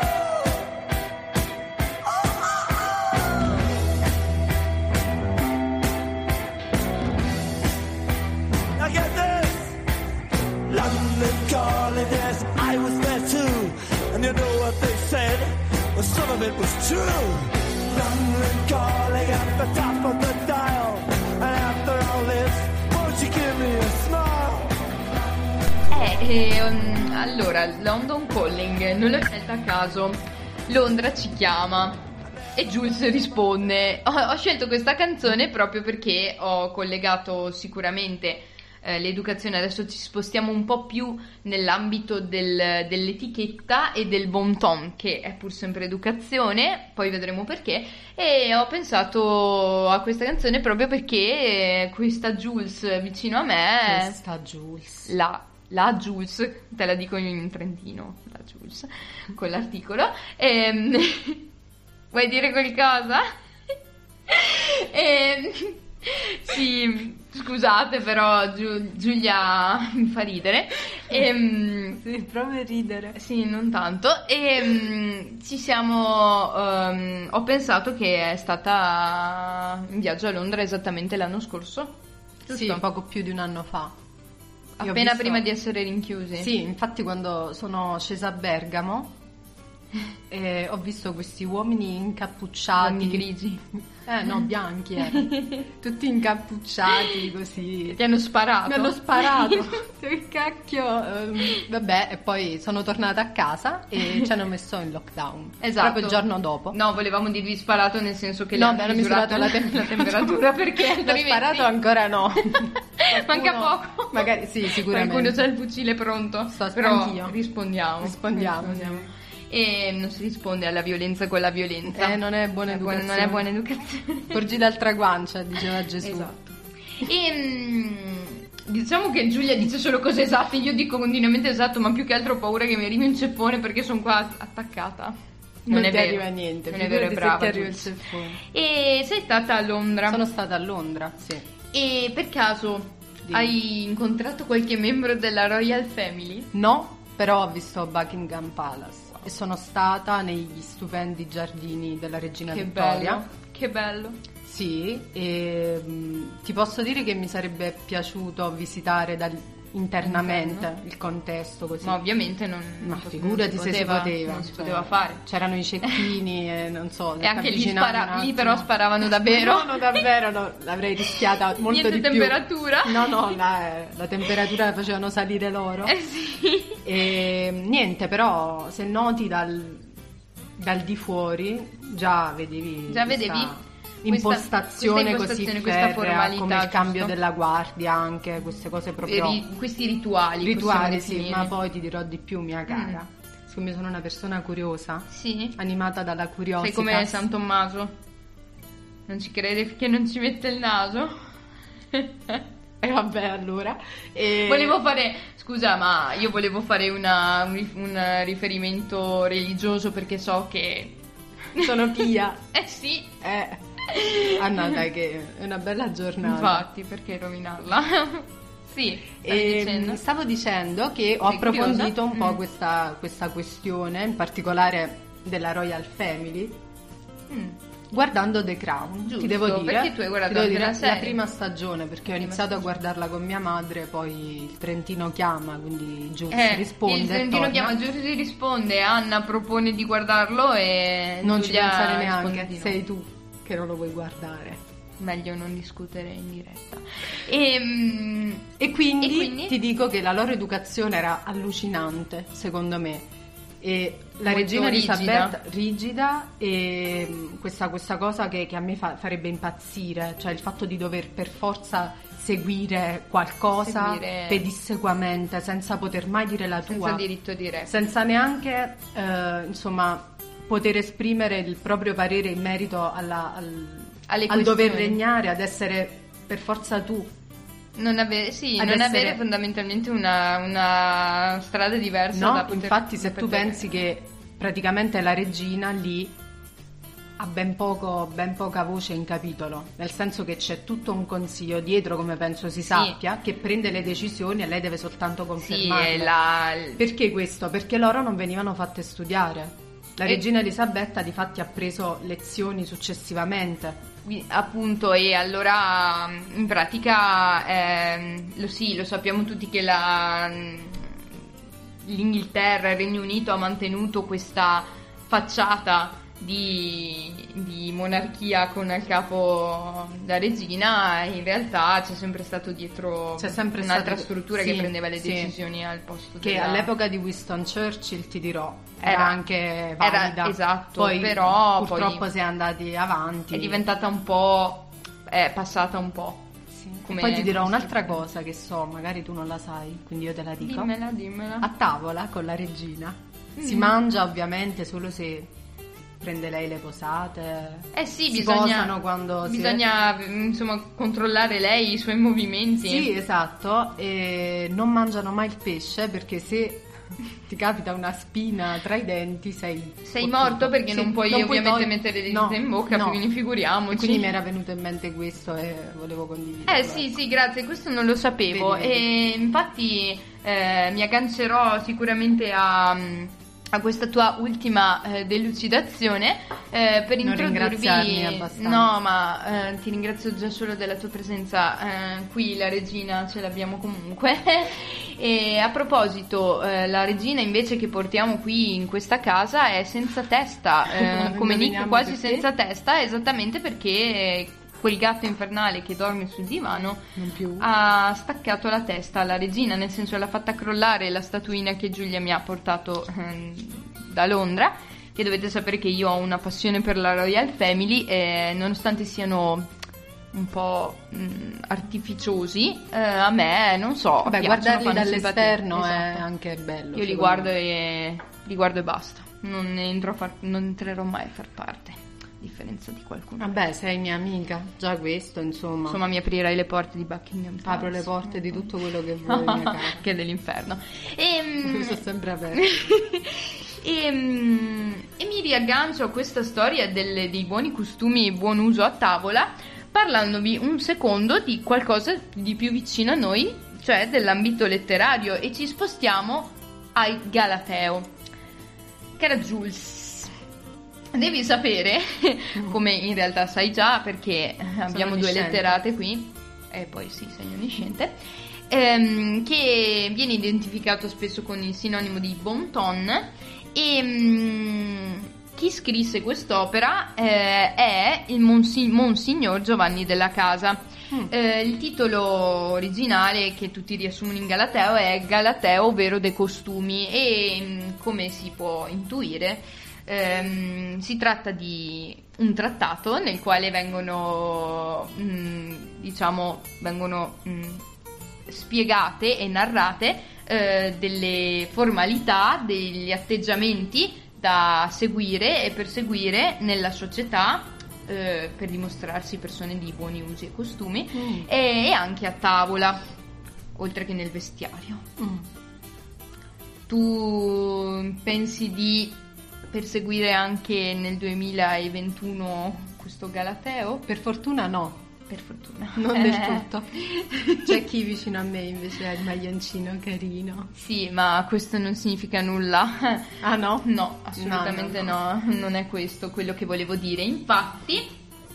Oh, oh, oh. Now get this. London calling, yes, I was there too. And you know what they said? Well, some of it was true. London calling at the top of the dial. And after all this, won't you give me a smile? Eh, eh, um, allora, London Calling, non l'ho scelta a caso. Londra ci chiama. E Jules risponde. Ho, ho scelto questa canzone proprio perché ho collegato sicuramente eh, l'educazione. Adesso ci spostiamo un po' più nell'ambito del, dell'etichetta e del bon ton, che è pur sempre educazione, poi vedremo perché. E ho pensato a questa canzone proprio perché questa Jules vicino a me, Questa Jules. la La Jules, te la dico in trentino, la Jules, con l'articolo. Ehm, vuoi dire qualcosa? Ehm, sì, scusate, però Giu- Giulia mi fa ridere. Ehm, Sì, proprio ridere. sì, non tanto. E ci siamo. ehm, ho pensato che è stata in viaggio a Londra esattamente l'anno scorso. Sì, Giusto? poco più di un anno fa. Io ho Appena visto- prima di essere rinchiusi. Sì, infatti quando sono scesa a Bergamo eh, ho visto questi uomini incappucciati. Uomini grigi. Eh no, bianchi erano. Tutti incappucciati così. Ti hanno sparato. Mi hanno sparato. Che cacchio. ehm, vabbè, e poi sono tornata a casa e ci hanno messo in lockdown. Esatto. Proprio il giorno dopo. No, volevamo dirvi sparato nel senso che No, le mi hanno hanno misurato la, misurato tem- la temperatura perché L'ho altrimenti sparato ancora no. manca Qualcuno- poco. Magari sì, sicuramente. Qualcuno c'ha il fucile pronto. Sto Però anch'io. rispondiamo. Rispondiamo. E non si risponde alla violenza con la violenza. Eh, non è buona È buona- educazione. non è buona educazione. Porgi d'altra guancia, diceva Gesù. Esatto. E mm, diciamo che Giulia dice solo cose esatte, io dico continuamente esatto, ma più che altro ho paura che mi arrivi un ceppone perché sono qua attaccata. Non, è ti vero. arriva niente, Non è vero, è figurati se brava. ti arriva il Giulia. ceffone. E sei stata a Londra. Sono stata a Londra, sì. E per caso Dimmi. hai incontrato qualche membro della Royal Family? No, però ho visto Buckingham Palace e sono stata negli stupendi giardini della regina Che Vittoria. bello, che bello. Sì, e mh, ti posso dire che mi sarebbe piaciuto visitare dal- internamente Interno. il contesto così. Ma ovviamente non, Ma non si figurati se si poteva, non si cioè, poteva fare. C'erano i cecchini e non so. E anche lì, avvicinavi spara- un attimo. lì però sparavano davvero. No, no, davvero, no, l'avrei rischiata molto Niente di più. temperatura. No, no, la, la temperatura la facevano salire loro. Eh sì. E niente, però se noti dal, dal di fuori già vedevi Già questa vedevi impostazione, questa così impostazione, questa ferrea, formalità, come il cambio giusto? della guardia, anche queste cose proprio Ri- questi rituali. rituali, possiamo sì, definire. ma poi ti dirò di più, mia cara. Siccome sono una persona curiosa, Sì. animata dalla curiosità. Sei come San Tommaso. Non ci crede che non ci mette il naso? E vabbè, allora. E... Volevo fare, scusa, ma io volevo fare una, un, rif- un riferimento religioso perché so che... sono pia. Eh sì, Eh. Ah no, dai, che è una bella giornata. infatti, perché rovinarla? Sì, stavi E dicendo. stavo dicendo che ho Sei approfondito curiosa? un po' Mm. questa, questa questione, in particolare della Royal Family, Mm. guardando The Crown. Giusto, ti devo dire, perché tu hai guardato ti devo anche dire la serie. la prima stagione, perché ho Prima iniziato stagione. a guardarla con mia madre, poi il Trentino chiama, quindi Giulia Eh, risponde. il e Trentino torna. chiama, Giulia si risponde, Anna propone di guardarlo e Non ci Giulia pensare risponde neanche, di no. sei tu che non lo vuoi guardare. Meglio non discutere in diretta. E, E quindi, E quindi? ti dico che la loro educazione era allucinante, secondo me. E la Molto regina rigida. Elisabetta rigida e mh, questa, questa cosa che, che a me fa- farebbe impazzire, cioè il fatto di dover per forza seguire qualcosa Seguire- pedissequamente, senza poter mai dire la senza tua, diritto di re. senza neanche eh, insomma poter esprimere il proprio parere in merito alla- al, Alle al dover questioni. regnare, ad essere per forza tu. Non avere, sì, Ad non essere- avere fondamentalmente una, una strada diversa No, da poter infatti se da tu poter- pensi che praticamente la regina lì ha ben, poco, ben poca voce in capitolo, nel senso che c'è tutto un consiglio dietro, come penso si sappia, che prende le decisioni e lei deve soltanto Sì, confermarle. è la... Perché questo? Perché loro non venivano fatte studiare. La E- regina Elisabetta difatti ha preso lezioni successivamente. Qui- appunto, e allora in pratica ehm, lo sì, lo sappiamo tutti che la, l'Inghilterra, il Regno Unito ha mantenuto questa facciata di, di monarchia con al capo la regina, e in realtà c'è sempre stato dietro C'è sempre un'altra stato- struttura sì, che prendeva le sì. decisioni al posto Che della... all'epoca di Winston Churchill, ti dirò, era, Era- anche era- valida. esatto, poi, però poi- purtroppo si è andati avanti. è diventata un po'... è passata un po'. Sì. come- Poi ti dirò come un'altra si- cosa che so, magari tu non la sai, quindi io te la dico. Dimmela, dimmela. A tavola con la regina si Mm. mangia ovviamente solo se prende lei le posate. Eh sì, si bisogna, posano quando si- bisogna insomma controllare lei, i suoi movimenti. Sì, esatto, e non mangiano mai il pesce perché se ti capita una spina tra i denti sei Sei fottuto. morto perché Sì, non puoi ovviamente togli- mettere le no, dita in bocca, no. quindi figuriamoci. E quindi mi era venuto in mente questo e volevo condividere. Eh sì, sì, grazie, questo non lo sapevo. Vedi, vedi. E infatti eh, mi aggancerò sicuramente a, a questa tua ultima eh, delucidazione eh, per Non ringraziarmi introdurvi. abbastanza. No, ma eh, ti ringrazio già solo della tua presenza eh, qui, la regina ce l'abbiamo comunque. E a proposito, eh, la regina invece che portiamo qui in questa casa è senza testa, eh, come Nick, Indoviniamo quasi perché? senza testa, esattamente perché quel gatto infernale che dorme sul divano Non più. ha staccato la testa alla regina, nel senso l'ha fatta crollare la statuina che Giulia mi ha portato ehm, da Londra, che dovete sapere che io ho una passione per la Royal Family e nonostante siano un po' mh, artificiosi, eh, a me non so, Vabbè, piacciono, guardarli fanno dall'esterno simpatia. è Esatto. anche bello. Io li secondo guardo me. e li guardo e basta, non ne entro a far, non entrerò mai a far parte, a differenza di qualcuno. Vabbè, sei mia amica, già questo, insomma. Insomma, mi aprirai le porte di Buckingham Palace. Apro le porte di tutto quello che vuoi, mia cara. che è dell'inferno. E, Mi sono sempre aperto. e, mm, e mi riaggancio a questa storia delle- dei buoni costumi e buon uso a tavola, parlandovi un secondo di qualcosa di più vicino a noi, cioè dell'ambito letterario, e ci spostiamo ai Galateo. Cara Jules, devi sapere, come in realtà sai già perché abbiamo due onnisciente. letterate qui, e poi sì, sei onnisciente, ehm, che viene identificato spesso con il sinonimo di bon ton, e mm, chi scrisse quest'opera eh, è il Monsi- Monsignor Giovanni della Casa. Mm. Eh, il titolo originale, che tutti riassumono in Galateo, è Galateo, ovvero De Costumi, e mh, come si può intuire ehm, si tratta di un trattato nel quale vengono mh, diciamo vengono mh, spiegate e narrate eh, delle formalità, degli atteggiamenti da seguire e perseguire nella società eh, per dimostrarsi persone di buoni usi e costumi, mm. e, e anche a tavola, oltre che nel vestiario. Mm. Tu pensi di perseguire anche nel duemilaventuno questo Galateo? Per fortuna no. Per fortuna. Non del tutto. C'è chi vicino a me invece ha il maglioncino carino. Sì, ma questo non significa nulla. Ah no? No, assolutamente no, no, no. Non è questo quello che volevo dire. Infatti,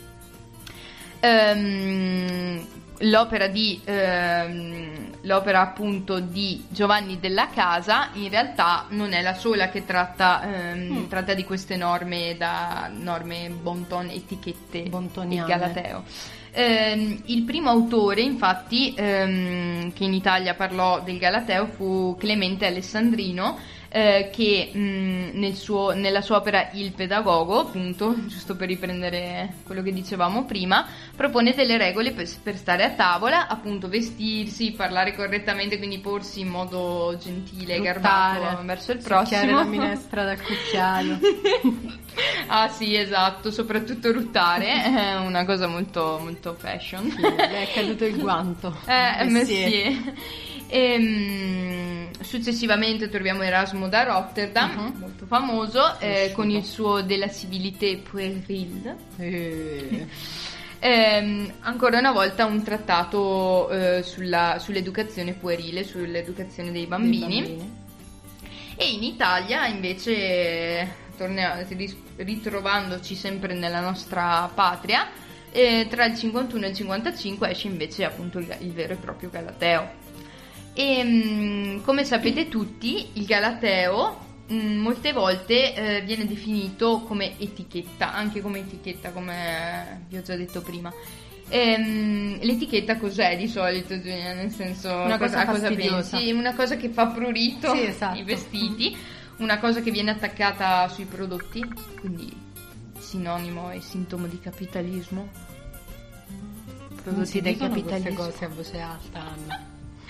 um, l'opera di um, l'opera appunto di Giovanni della Casa in realtà non è la sola che tratta um, mm. tratta di queste norme, da norme bon ton, etichette del Galateo. Um, il primo autore, infatti, um, che in Italia parlò del Galateo fu Clemente Alessandrino, eh, che mh, nel suo, nella sua opera Il Pedagogo, appunto, giusto per riprendere quello che dicevamo prima, propone delle regole per, per stare a tavola, appunto vestirsi, parlare correttamente, quindi porsi in modo gentile e garbato verso il prossimo. Succhiare la minestra dal cucchiaio. Ah sì, esatto, soprattutto ruttare è una cosa molto molto fashion. Sì, le è caduto il guanto. Eh, Messier. E, um, successivamente troviamo Erasmo da Rotterdam, uh-huh. molto famoso, eh, con il suo De la civilité puérile. Eh. Eh, ancora una volta un trattato eh, sulla, sull'educazione puerile, sull'educazione dei bambini. dei bambini. E in Italia invece, torniamo, ritrovandoci sempre nella nostra patria, eh, tra il cinquantuno e il cinquantacinque esce invece appunto il, il vero e proprio Galateo. E mh, come sapete tutti, il Galateo mh, molte volte eh, viene definito come etichetta, anche come etichetta, come vi ho già detto prima. Ehm, l'etichetta cos'è di solito, Giulia? Nel senso, una cosa, cosa, cosa fastidiosa. pensi? Una cosa che fa prurito, sì, esatto. i vestiti, una cosa che viene attaccata sui prodotti, quindi sinonimo e sintomo di capitalismo. Prodotti del capitalismo. Queste cose a voce alta, Anna.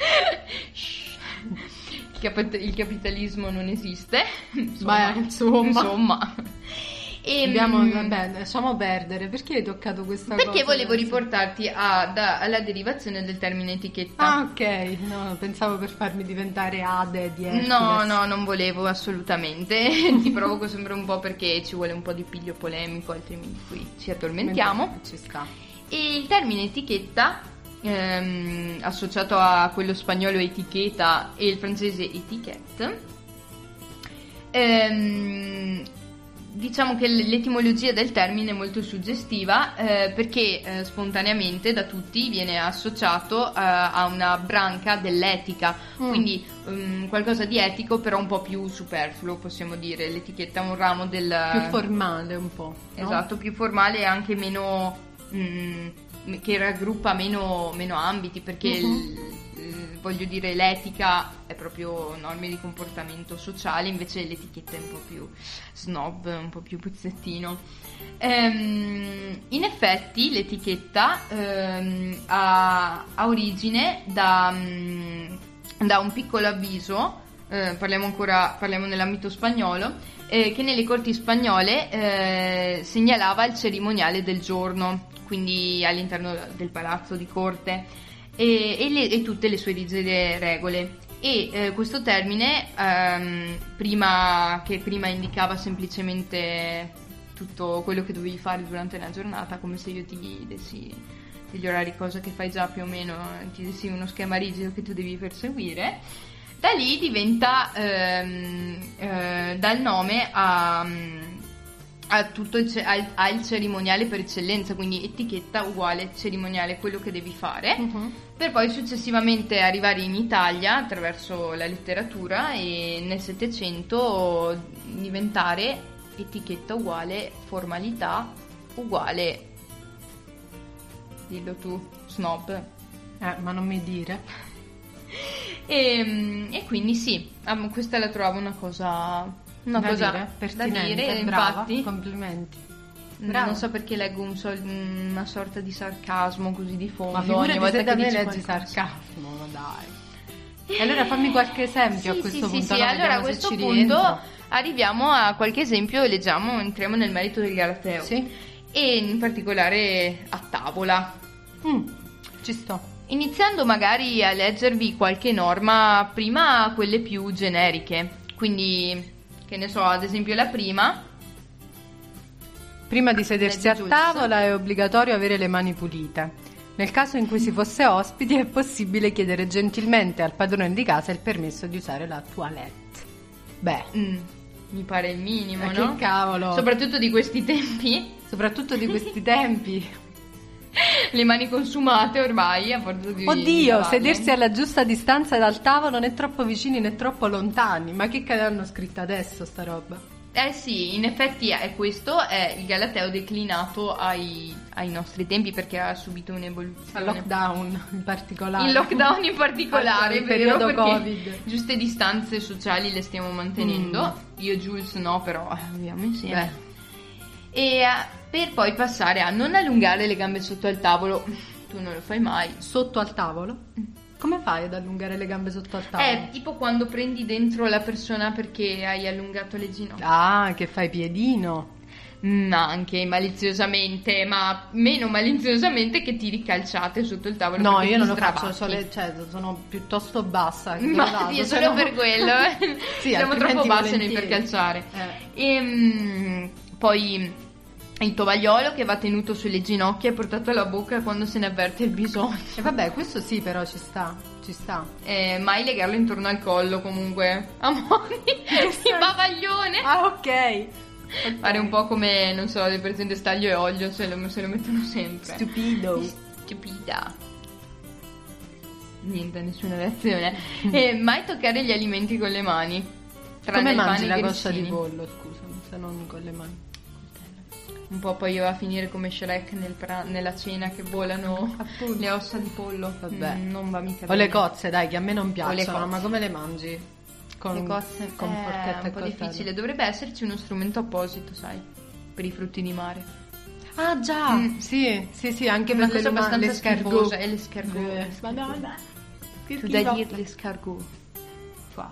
il, cap- il capitalismo non esiste. Insomma, Beh, insomma. insomma. E, Abbiamo, vabbè, lasciamo perdere. Perché hai toccato questa perché cosa? Perché volevo riportarti a, da, alla derivazione del termine etichetta. Ah, ok. No, pensavo per farmi diventare Ade di Hercules. No, no, non volevo assolutamente. Ti provoco sempre un po' perché ci vuole un po' di piglio polemico, altrimenti qui ci addormentiamo. Ci sta. E il termine etichetta, ehm, associato a quello spagnolo etichetta e il francese etiquette, ehm, diciamo che l'etimologia del termine è molto suggestiva, eh, perché eh, spontaneamente da tutti viene associato eh, a una branca dell'etica, mm. quindi um, qualcosa di etico però un po' più superfluo, possiamo dire. L'etichetta è un ramo del... più formale un po', no? Esatto, più formale e anche meno... Mm, che raggruppa meno, meno ambiti, perché uh-huh. il, il, voglio dire, l'etica è proprio norme di comportamento sociale, invece l'etichetta è un po' più snob, un po' più puzzettino. Ehm, in effetti l'etichetta ehm, ha, ha origine da, da un piccolo avviso, eh, parliamo ancora parliamo nell'ambito spagnolo, eh, che nelle corti spagnole eh, segnalava il cerimoniale del giorno, quindi all'interno del palazzo di corte, e, e, le, e tutte le sue rigide regole. E eh, questo termine, ehm, prima che prima indicava semplicemente tutto quello che dovevi fare durante la giornata, come se io ti dessi degli orari, cosa che fai già più o meno, ti dessi uno schema rigido che tu devi perseguire, da lì diventa, ehm, eh, dal nome a... ha, tutto il, ce- ha, il, ha il cerimoniale per eccellenza, quindi etichetta uguale cerimoniale, quello che devi fare, Uh-huh. per poi successivamente arrivare in Italia attraverso la letteratura e nel Settecento diventare etichetta uguale formalità uguale, dillo tu, snob. Eh, ma non mi dire. E, e quindi sì, am- questa la trovavo una cosa, una da cosa dire, da pertinente, dire, brava, infatti. complimenti. Mm, Brava. Non so perché leggo un sol- una sorta di sarcasmo così di fondo. Ma figurati ogni volta se da che me dici leggi qualcosa. sarcasmo, ma dai. E allora fammi qualche esempio Sì, a questo sì, punto. sì, sì. no? Allora a Vediamo se questo ci punto rientra. arriviamo a qualche esempio e leggiamo, entriamo nel merito del Galateo. Sì? E in particolare a tavola. Mm, ci sto. Iniziando magari a leggervi qualche norma, prima quelle più generiche. Quindi, che ne so, ad esempio la prima. Prima di sedersi a Leggi giusto. tavola è obbligatorio avere le mani pulite. Nel caso in cui si fosse ospiti è possibile chiedere gentilmente al padrone di casa il permesso di usare la toilette. Beh, Mm, mi pare il minimo, ma no? che cavolo! Soprattutto di questi tempi. Soprattutto di questi tempi. Le mani consumate ormai a forza di Oddio, lavarle. sedersi alla giusta distanza dal tavolo, né troppo vicini né troppo lontani. Ma che cazzo hanno scritto adesso sta roba? Eh sì, in effetti è questo, è il Galateo declinato ai, ai nostri tempi perché ha subito un'evoluzione. Al lockdown in particolare. Il lockdown in particolare, Il è vero, periodo perché Covid. giuste distanze sociali le stiamo mantenendo. Io e Jules no, però eh, viviamo insieme. Beh. E eh, per poi passare a non allungare le gambe sotto al tavolo. Tu non lo fai mai. Sotto al tavolo? Come fai ad allungare le gambe sotto al tavolo? È tipo quando prendi dentro la persona perché hai allungato le ginocchia. Ah, che fai piedino. Mm, anche maliziosamente, ma meno maliziosamente che tiri calciate sotto il tavolo. No, perché io ti non lo faccio, stravacchi. so le- cioè, sono piuttosto bassa. che Ma lato, io se solo no- per quello. Sì, Siamo altrimenti troppo bassi noi volentieri. per calciare. Eh. E mm, poi il tovagliolo che va tenuto sulle ginocchia e portato alla bocca quando se ne avverte il bisogno. E vabbè, questo sì, però ci sta, ci sta. E mai legarlo intorno al collo comunque. Amori, il bavaglione. Ah, ok. Fare un po' come, non so, le presente staglio e olio, se lo, se lo mettono sempre. Stupido. Stupida. Niente, nessuna reazione. E mai toccare gli alimenti con le mani. Tranne Come il pane mangi e la i coscia di grissini. pollo, scusami, se non con le mani. Un po' poi io a finire come Shrek nel pra- nella cena che volano Appunto. le ossa di pollo. Vabbè. Mm, non va mica O bene. le cozze, dai, che a me non le piacciono, cozze. ma come le mangi? Con, Le cozze con eh, forchetta è e un po' coltello. difficile. Dovrebbe esserci uno strumento apposito, sai, per i frutti di mare. Ah già, Mm. sì, sì, sì, anche Una per le, cosa luma- abbastanza le scargot. schifosa, e le scargot. Eh, le scargot. Madonna. Che Tu da schifo. dire le scargot. Fa.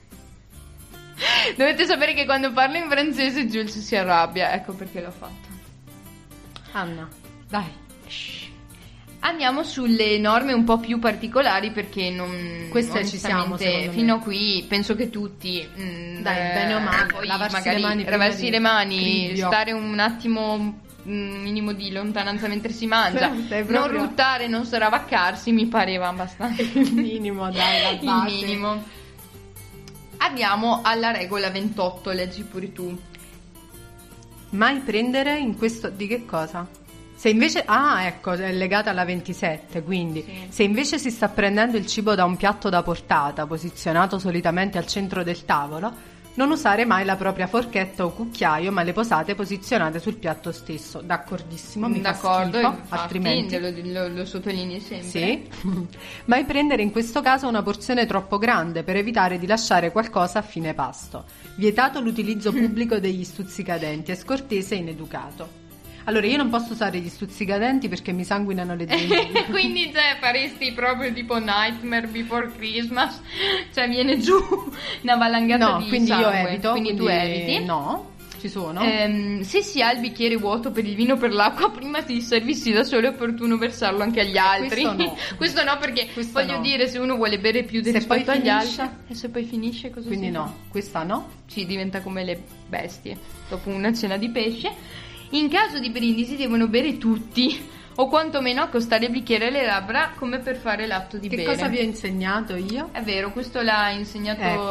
Dovete sapere che quando parlo in francese Jules si arrabbia, ecco perché l'ho fatto. Anna, dai. Andiamo sulle norme un po' più particolari perché non Queste ci siamo, onestamente, secondo me. fino a qui penso che tutti mm, Dai, eh, bene o male, poi lavarsi magari le mani prima lavarsi di- le mani, Cribbio. stare un attimo un minimo di lontananza mentre si mangia, Sei non proprio- ruttare, non stravaccarsi, mi pareva abbastanza Il minimo, dai, la il base. minimo. Andiamo alla regola ventotto, leggi pure tu. Mai prendere in questo... Di che cosa? Se invece... Ah, ecco, è legata alla ventisette, quindi... Sì. Se invece si sta prendendo il cibo da un piatto da portata, posizionato solitamente al centro del tavolo, non usare mai la propria forchetta o cucchiaio, ma le posate posizionate sul piatto stesso. D'accordissimo, mi D'accordo, fa schifo, infatti, altrimenti... lo, lo, lo sottolinei sempre. Sì, mai prendere in questo caso una porzione troppo grande per evitare di lasciare qualcosa a fine pasto. Vietato l'utilizzo pubblico degli stuzzicadenti, è scortese e ineducato. Allora, io non posso usare gli stuzzicadenti perché mi sanguinano le gengive. Quindi cioè faresti proprio tipo Nightmare Before Christmas, cioè viene giù una valangata No, di quindi io sangue. evito. Quindi, tu eviti. No, ci sono. Ehm, se si ha il bicchiere vuoto per il vino o per l'acqua, prima di servirsi da solo è opportuno versarlo anche agli altri. questo no. Questo no, perché Questo voglio no. dire, se uno vuole bere più Se rispetto poi agli finisce? altri, e se poi finisce cosa Quindi si no, fa? questa no. Sì, diventa come le bestie dopo una cena di pesce. In caso di brindisi devono bere tutti, o quantomeno accostare il bicchiere alle labbra come per fare l'atto di Che bere. cosa vi ho insegnato io? È vero, questo l'ha insegnato Ecco.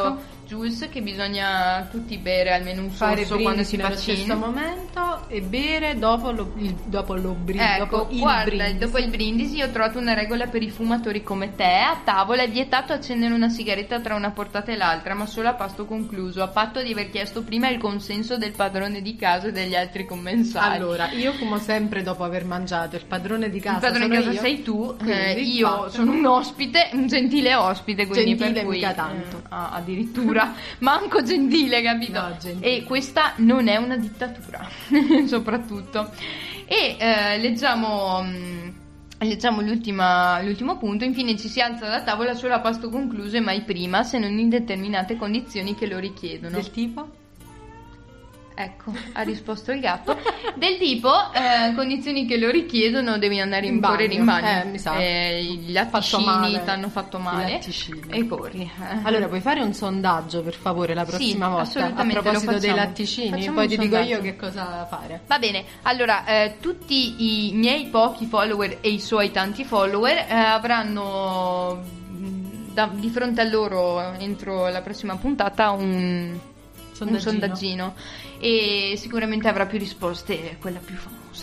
Jules, che bisogna tutti bere almeno un Fare sorso quando si nello stesso vaccina. momento e bere dopo lo, il, dopo lo bri- Ecco, dopo il guarda, brindisi. dopo il brindisi ho trovato una regola per i fumatori come te. A tavola è vietato accendere una sigaretta tra una portata e l'altra, ma solo a pasto concluso, a patto di aver chiesto prima il consenso del padrone di casa e degli altri commensali. Allora, io fumo sempre dopo aver mangiato, il padrone di casa Il padrone di sono casa io, sei tu, quindi, eh, io fatto. sono un ospite, un gentile ospite, quindi Gentile per cui mica tanto. eh, ah, addirittura manco gentile, capito? No, gentile. E questa non è una dittatura, soprattutto. E eh, leggiamo mh, leggiamo l'ultima, l'ultimo punto. Infine ci si alza da tavola solo a pasto concluso e mai prima, se non in determinate condizioni che lo richiedono. Del tipo? Ecco, ha risposto il gatto. Del tipo, eh, condizioni che lo richiedono, devi andare in, In bagno. correre in bagno. Eh, mi sa. Eh, I Fatto latticini male. ti hanno fatto I male. latticini. E corri. Eh. Allora, puoi fare un sondaggio per favore la prossima Sì, volta a assolutamente, lo proposito dei facciamo. latticini? Facciamo Poi un ti dico sondaggio. io che cosa fare. Va bene, allora eh, tutti i miei pochi follower e i suoi tanti follower eh, avranno mh, da- di fronte a loro entro la prossima puntata un Sondaggino. un sondaggino e sicuramente avrà più risposte quella più famosa.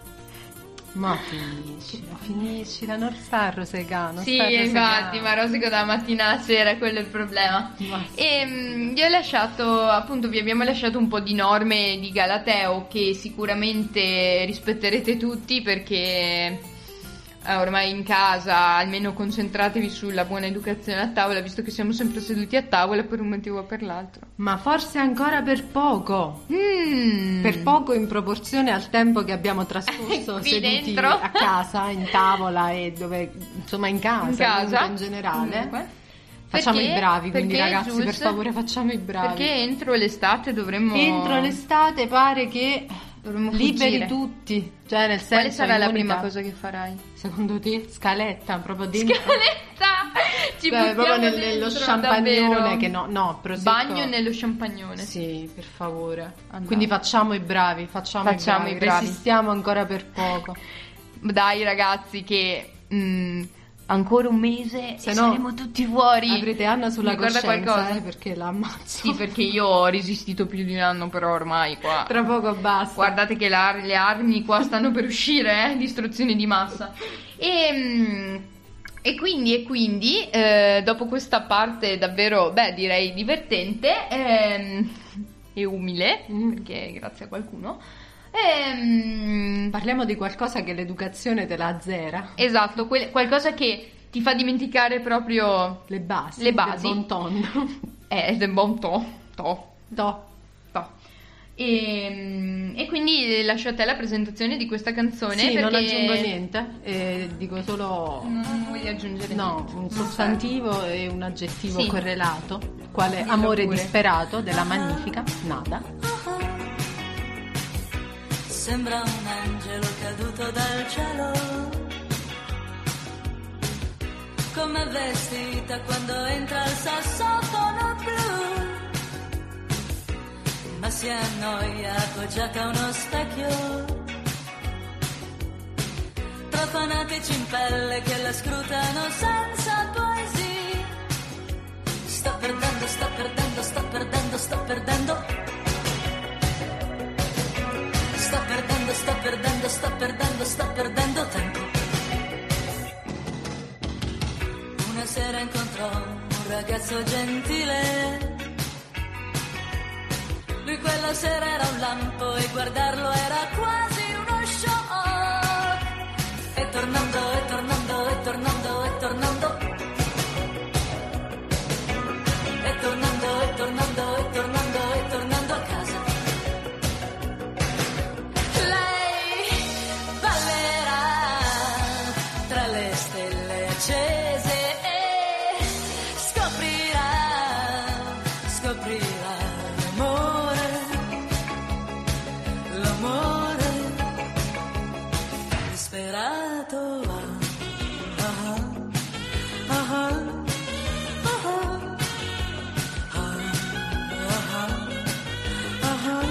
Ma finiscila, finiscila, non sta a rosegare, non Sì, sta a rosegare. infatti, ma rosico dalla mattina alla sera, quello è il problema. Ma sì. E mh, vi ho lasciato, appunto, vi abbiamo lasciato un po' di norme di Galateo che sicuramente rispetterete tutti perché eh, ormai in casa almeno concentratevi sulla buona educazione a tavola, visto che siamo sempre seduti a tavola per un motivo o per l'altro. Ma forse ancora per poco. Mm. Per poco in proporzione al tempo che abbiamo trascorso Qui seduti dentro. a casa, in tavola e dove, insomma, in casa, In casa. comunque in generale. Comunque. Facciamo Perché- i bravi, quindi perché, ragazzi, Jules, per favore facciamo i bravi. Perché entro l'estate dovremmo Entro l'estate pare che dovremmo liberi fuggire. tutti, cioè nel senso Quale sarà la l'unica- prima cosa che farai? Secondo te? Scaletta, proprio dentro. Scaletta! Ci Cioè, buttiamo proprio nel- dentro, nello champagnone davvero. che no, no, prosecco. Bagno nello champagnone. Sì, per favore. Andiamo. Quindi facciamo i bravi, facciamo, Facciamo i i bravi. bravi. Resistiamo ancora per poco. Dai ragazzi che mm, ancora un mese Se e no, saremo tutti fuori. Avrete Anna sulla Mi ricorda coscienza, qualcosa? eh, perché la ammazzo. Sì, perché io ho resistito più di un anno, però ormai qua. Tra poco basta. Guardate che la- le armi qua stanno per uscire, eh? Distruzione di massa. E, mm, e quindi, e quindi eh, dopo questa parte davvero, beh, direi divertente ehm, e umile, Mm. perché grazie a qualcuno. ehm, Parliamo di qualcosa che l'educazione te la azzera. esatto, quel- qualcosa che ti fa dimenticare proprio Le basi. Le basi. del bon ton. eh, del bon to, to, Do. to. E, e quindi lascio a te la presentazione di questa canzone. Sì, non perché aggiungo niente, eh, dico solo Non voglio aggiungere no, niente. un Non sostantivo e un aggettivo Sì. correlato, quale Dillo amore pure. disperato della Magnifica Nada. Sembra un angelo caduto dal cielo, come vestita quando entra il sassofono blu, ma si annoia appoggiata a uno specchio, tra fanatici in pelle che la scrutano senza poesia. Sto perdendo, sto perdendo, sto perdendo, sto perdendo. Sto perdendo, sto perdendo, sto perdendo, sto perdendo tempo. Una sera incontrò un ragazzo gentile. Lui quella sera era un lampo e guardarlo era quasi uno shock. E tornando, e tornando, e tornando, e tornando. E tornando, e tornando, e tornando, e tornando a casa. Lei ballerà tra le stelle accese e scoprirà, scoprirà l'amore, l'amore disperato. Ah, ah, ah, ah, ah, ah, ah, ah, ah, ah.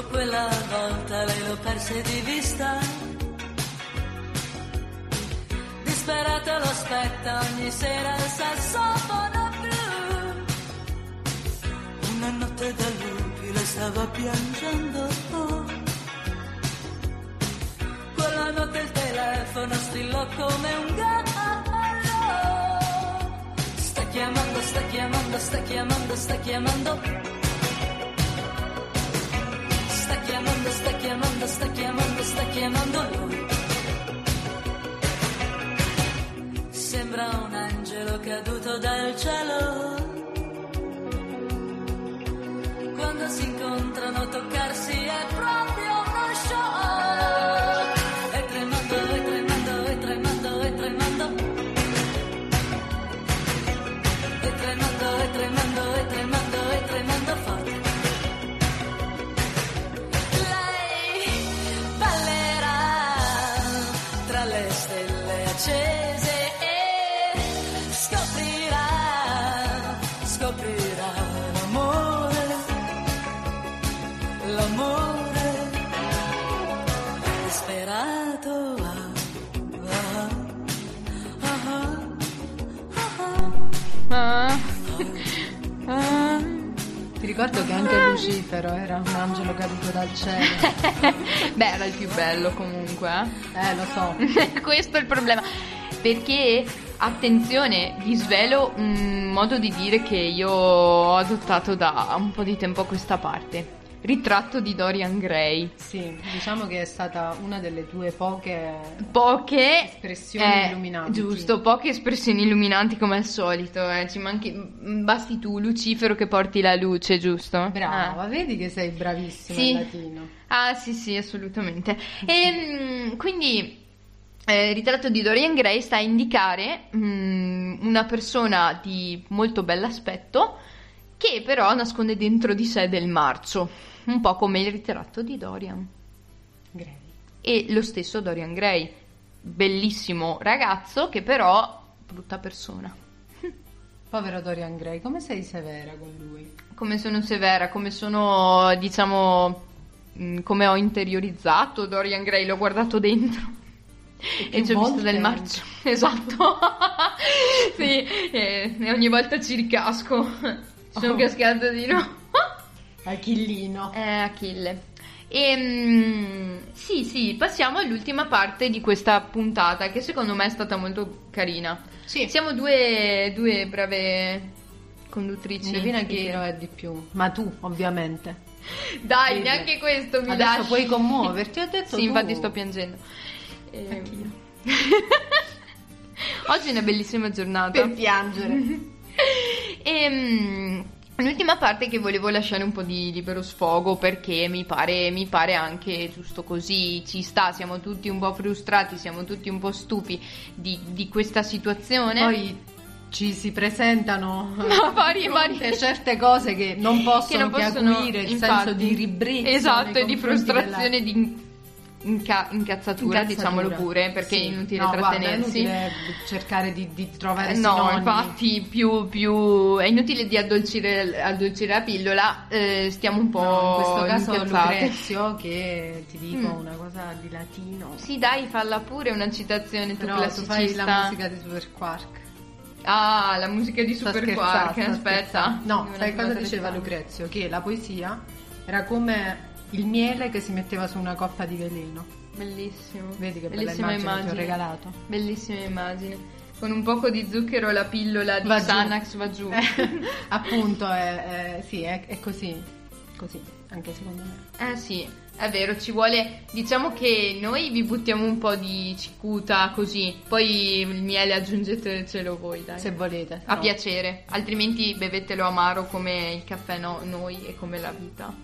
Oh, quella volta lei l'ho persa di vista, disperata lo aspetta ogni sera il sassofono blu. Una notte da lupi lei stava piangendo, oh. Quella notte il telefono strillò come un gallo. Sta chiamando, sta chiamando, sta chiamando, sta chiamando. Sta chiamando, sta chiamando, sta chiamando, sta chiamando lui. Sembra un angelo caduto dal cielo. Quando si incontrano toccarsi è proprio uno show. E tremando, e tremando, e tremando, e tremando. E tremando, e tremando, e tremando, e tremando forte. Lei ballerà tra le stelle accese e scoprirà, scoprirà l'amore, l'amore disperato. Ah, ah, ah, ah, Ah. Ah. Ti ricordo che anche Lucifero era un angelo caduto dal cielo. Beh, era il più bello comunque, eh. Eh, lo so. Questo è il problema. Perché, attenzione, vi svelo un modo di dire che io ho adottato da un po' di tempo a questa parte. Ritratto di Dorian Gray. Sì, diciamo che è stata una delle tue poche Poche espressioni eh, illuminanti. Giusto, poche espressioni illuminanti come al solito, eh. Ci manchi, basti tu, Lucifero, che porti la luce, giusto? Brava, Ah. vedi che sei bravissima Sì. in latino. Ah, sì, sì, assolutamente. E mm, quindi eh, il ritratto di Dorian Gray sta a indicare mm, una persona di molto bell'aspetto che però nasconde dentro di sé del marcio, un po' come il ritratto di Dorian. Gray. E lo stesso Dorian Gray, bellissimo ragazzo che però brutta persona. Povero Dorian Gray, come sei severa con lui? Come sono severa, come sono, diciamo, mh, come ho interiorizzato Dorian Gray, l'ho guardato dentro e, più ci ho visto volte del marcio. Esatto. Sì, e, e ogni volta ci ricasco. Sono Oh. cascato di nuovo. Achillino. Eh, Achille. E, mm, sì, sì, passiamo all'ultima parte di questa puntata che secondo me è stata molto carina. Sì. Siamo due, due brave conduttrici. Indovina chi lo è di più? Ma tu, ovviamente. Dai, Vedi. neanche questo mi Adesso lasci. puoi commuoverti, ho detto Sì, tu. infatti sto piangendo. Eh, Oggi è una bellissima giornata. Per piangere. E, mm, l'ultima parte che volevo lasciare un po' di libero sfogo perché mi pare, mi pare anche giusto così, ci sta, siamo tutti un po' frustrati, siamo tutti un po' stupi di, di questa situazione. Poi ci si presentano No, varie- di fronte varie- certe cose che non possono che non che possono, acuire il infatti, senso di ribrezzo esatto, nei e di confronti frustrazione, della- di inca- incazzatura, incazzatura. diciamolo pure, perché Sì. è inutile no, guarda, trattenersi. è inutile cercare di, di trovare Eh, no, sinonimi. infatti più, più è inutile di addolcire, addolcire la pillola, eh, stiamo un po' No, in questo caso impiazzate. Lucrezio, che ti dico Mm. una cosa di latino. Sì, dai, falla pure una citazione tu Però tu fai classicista. la musica di Super Quark. Ah, la musica di Sta Super scherzando, Quark, sta aspetta. scherzando. No, Una sai cosa cosa diceva strana. Lucrezio? Che la poesia era come il miele che si metteva su una coppa di veleno. Bellissimo. Vedi che bella bellissima immagine che ti ho regalato. Bellissima immagine. Con un poco di zucchero la pillola di Va giù. Xanax va giù. Eh, appunto, è, è- sì, è, è così. Così, anche secondo me. Eh sì, è vero, ci vuole, diciamo che noi vi buttiamo un po' di cicuta così, poi il miele aggiungetecelo voi, dai. Se volete. A no. piacere, altrimenti bevetelo amaro come il caffè no, noi e come la vita.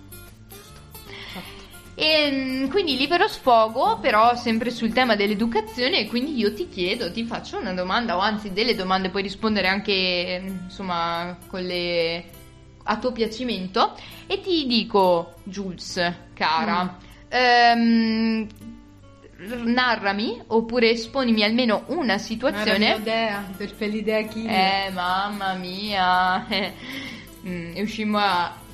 E mm, quindi libero sfogo, però sempre sul tema dell'educazione, e quindi io ti chiedo, ti faccio una domanda, o anzi delle domande, puoi rispondere anche insomma con le a tuo piacimento, e ti dico, Jules, cara, ehm, narrami oppure esponimi almeno una Era situazione. l'idea, per l'idea chi? Eh, mamma mia, eh, mm, e uscimmo a